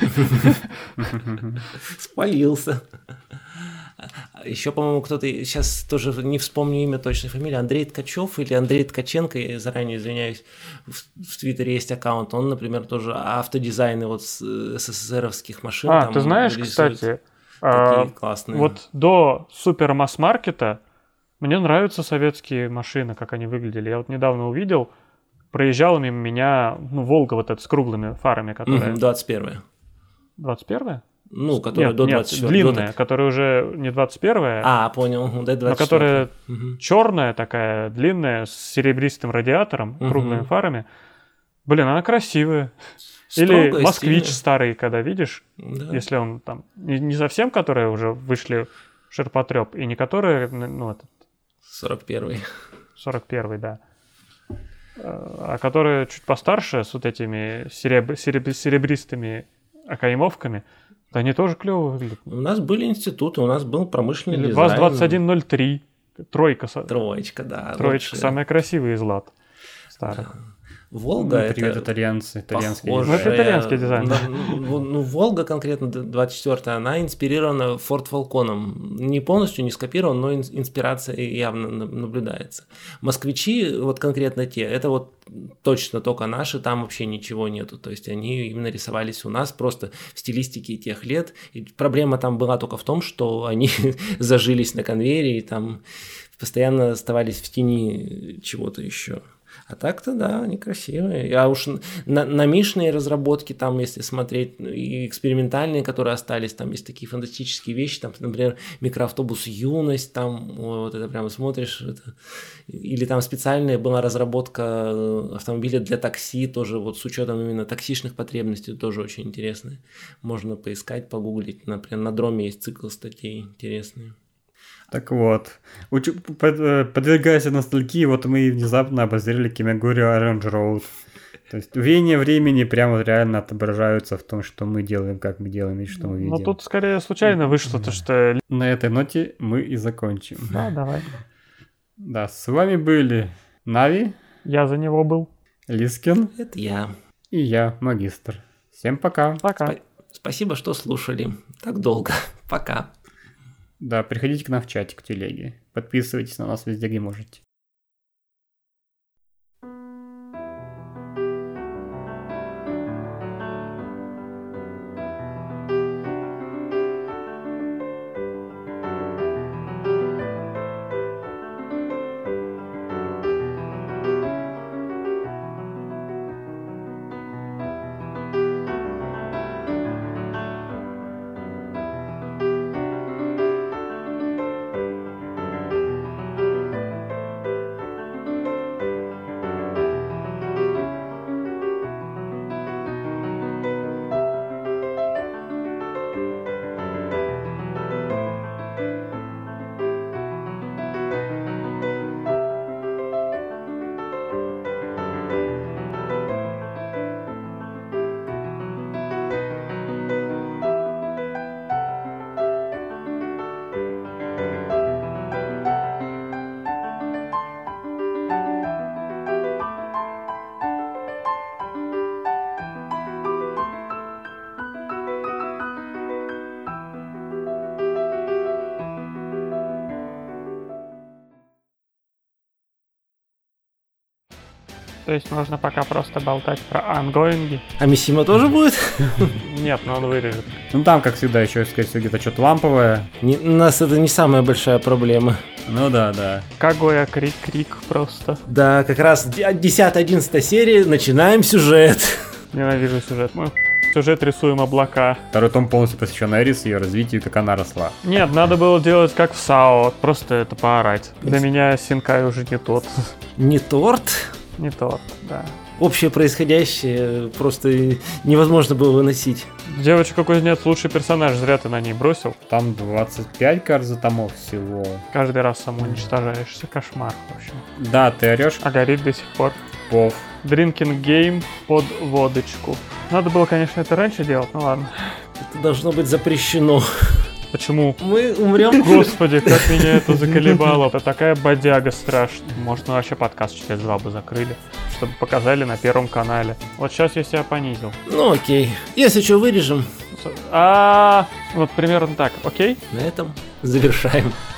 Спалился. Еще, по-моему, кто-то, сейчас тоже не вспомню имя, точной фамилии, Андрей Ткачев или Андрей Ткаченко, я заранее извиняюсь, в Твиттере есть аккаунт, он, например, тоже автодизайны вот с СССРовских машин. Ты знаешь, кстати, такие классные. Вот до супер масс-маркета мне нравятся советские машины, как они выглядели. Я вот недавно увидел, проезжала мимо меня, Волга вот эта с круглыми фарами, которая... 21-я. 21-я? Ну, которая до 24-го. Длинная, которая уже не 21-я. Понял, да, 24-я. Но которая черная такая, длинная, с серебристым радиатором, круглыми фарами. Блин, она красивая. Строгая, или москвич стильная. Старый, когда видишь, Да. если он там... Не совсем, которые уже вышли в ширпотреб, и не которые, этот 41-й. 41-й, да. А которые чуть постарше, с вот этими серебристыми окаймовками, да они тоже клево выглядят. У нас были институты, у нас был промышленный Или дизайн. ВАЗ-2103, тройка. Троечка, да. Троечка, самая красивая из лад старых. Да. Волга Привет, это итальянский похоже. это итальянский дизайн. Волга конкретно 24-я, она инспирирована Ford Falcon'ом. Не полностью, не скопирована, но инспирация явно наблюдается. Москвичи, вот конкретно те, это вот точно только наши, там вообще ничего нету. То есть они именно рисовались у нас просто в стилистике тех лет. И проблема там была только в том, что они зажились на конвейере и там постоянно оставались в тени чего-то еще. А так-то, да, они красивые. А уж на Мишные разработки, там, если смотреть, и экспериментальные, которые остались, там есть такие фантастические вещи, там, например, микроавтобус «Юность», там, вот это прямо смотришь, или там специальная была разработка автомобиля для такси, тоже вот с учетом именно таксишных потребностей, тоже очень интересная. Можно поискать, погуглить, например, на Дроме есть цикл статей интересные. Так вот, подвергаясь ностальгии, вот мы внезапно обозрели Кимагури Orange Road. То есть веяние времени прямо реально отображаются в том, что мы делаем, как мы делаем и что мы видим. Ну, тут скорее случайно вышло то, что... На этой ноте мы и закончим. Да, давай. Да, с вами были Нави, Я за него был. Лискин Это я. и я, Магистр. Всем пока. Пока. Спасибо, что слушали. Так долго. Пока. Да, приходите к нам в чатик в телеге. Подписывайтесь на нас везде, где можете. То есть можно пока просто болтать про ангоинги? А Мисима тоже будет? Нет, но он вырежет. Ну там, как всегда, еще, скорее всего, где-то что-то ламповое. У нас это не самая большая проблема. Ну да. Кагоя крик просто. Да, как раз 10-11 серия, начинаем сюжет. Ненавижу сюжет. Мы сюжет рисуем облака. Второй том полностью посвящен Эрис и ее развитию, как она росла. Нет, надо было делать как в САО, просто это поорать. Для меня Синкай уже не тот. Не торт. Не тот, да. Общее происходящее просто невозможно было выносить. Девочка-кузнец лучший персонаж, зря ты на ней бросил. Там 25, кажется, томов всего. Каждый раз самоуничтожаешься, кошмар, в общем. Да, ты орешь, А горит до сих пор. Пов. Drinking game под водочку. Надо было, конечно, это раньше делать, ну ладно. Это должно быть запрещено. Почему? Мы умрем. Господи, как меня это заколебало. Это такая бодяга страшная. Может, мы вообще подкаст через 2 бы закрыли, чтобы показали на Первом канале. Вот сейчас я себя понизил. Ну окей. Если что, вырежем. Вот примерно так, окей? На этом завершаем.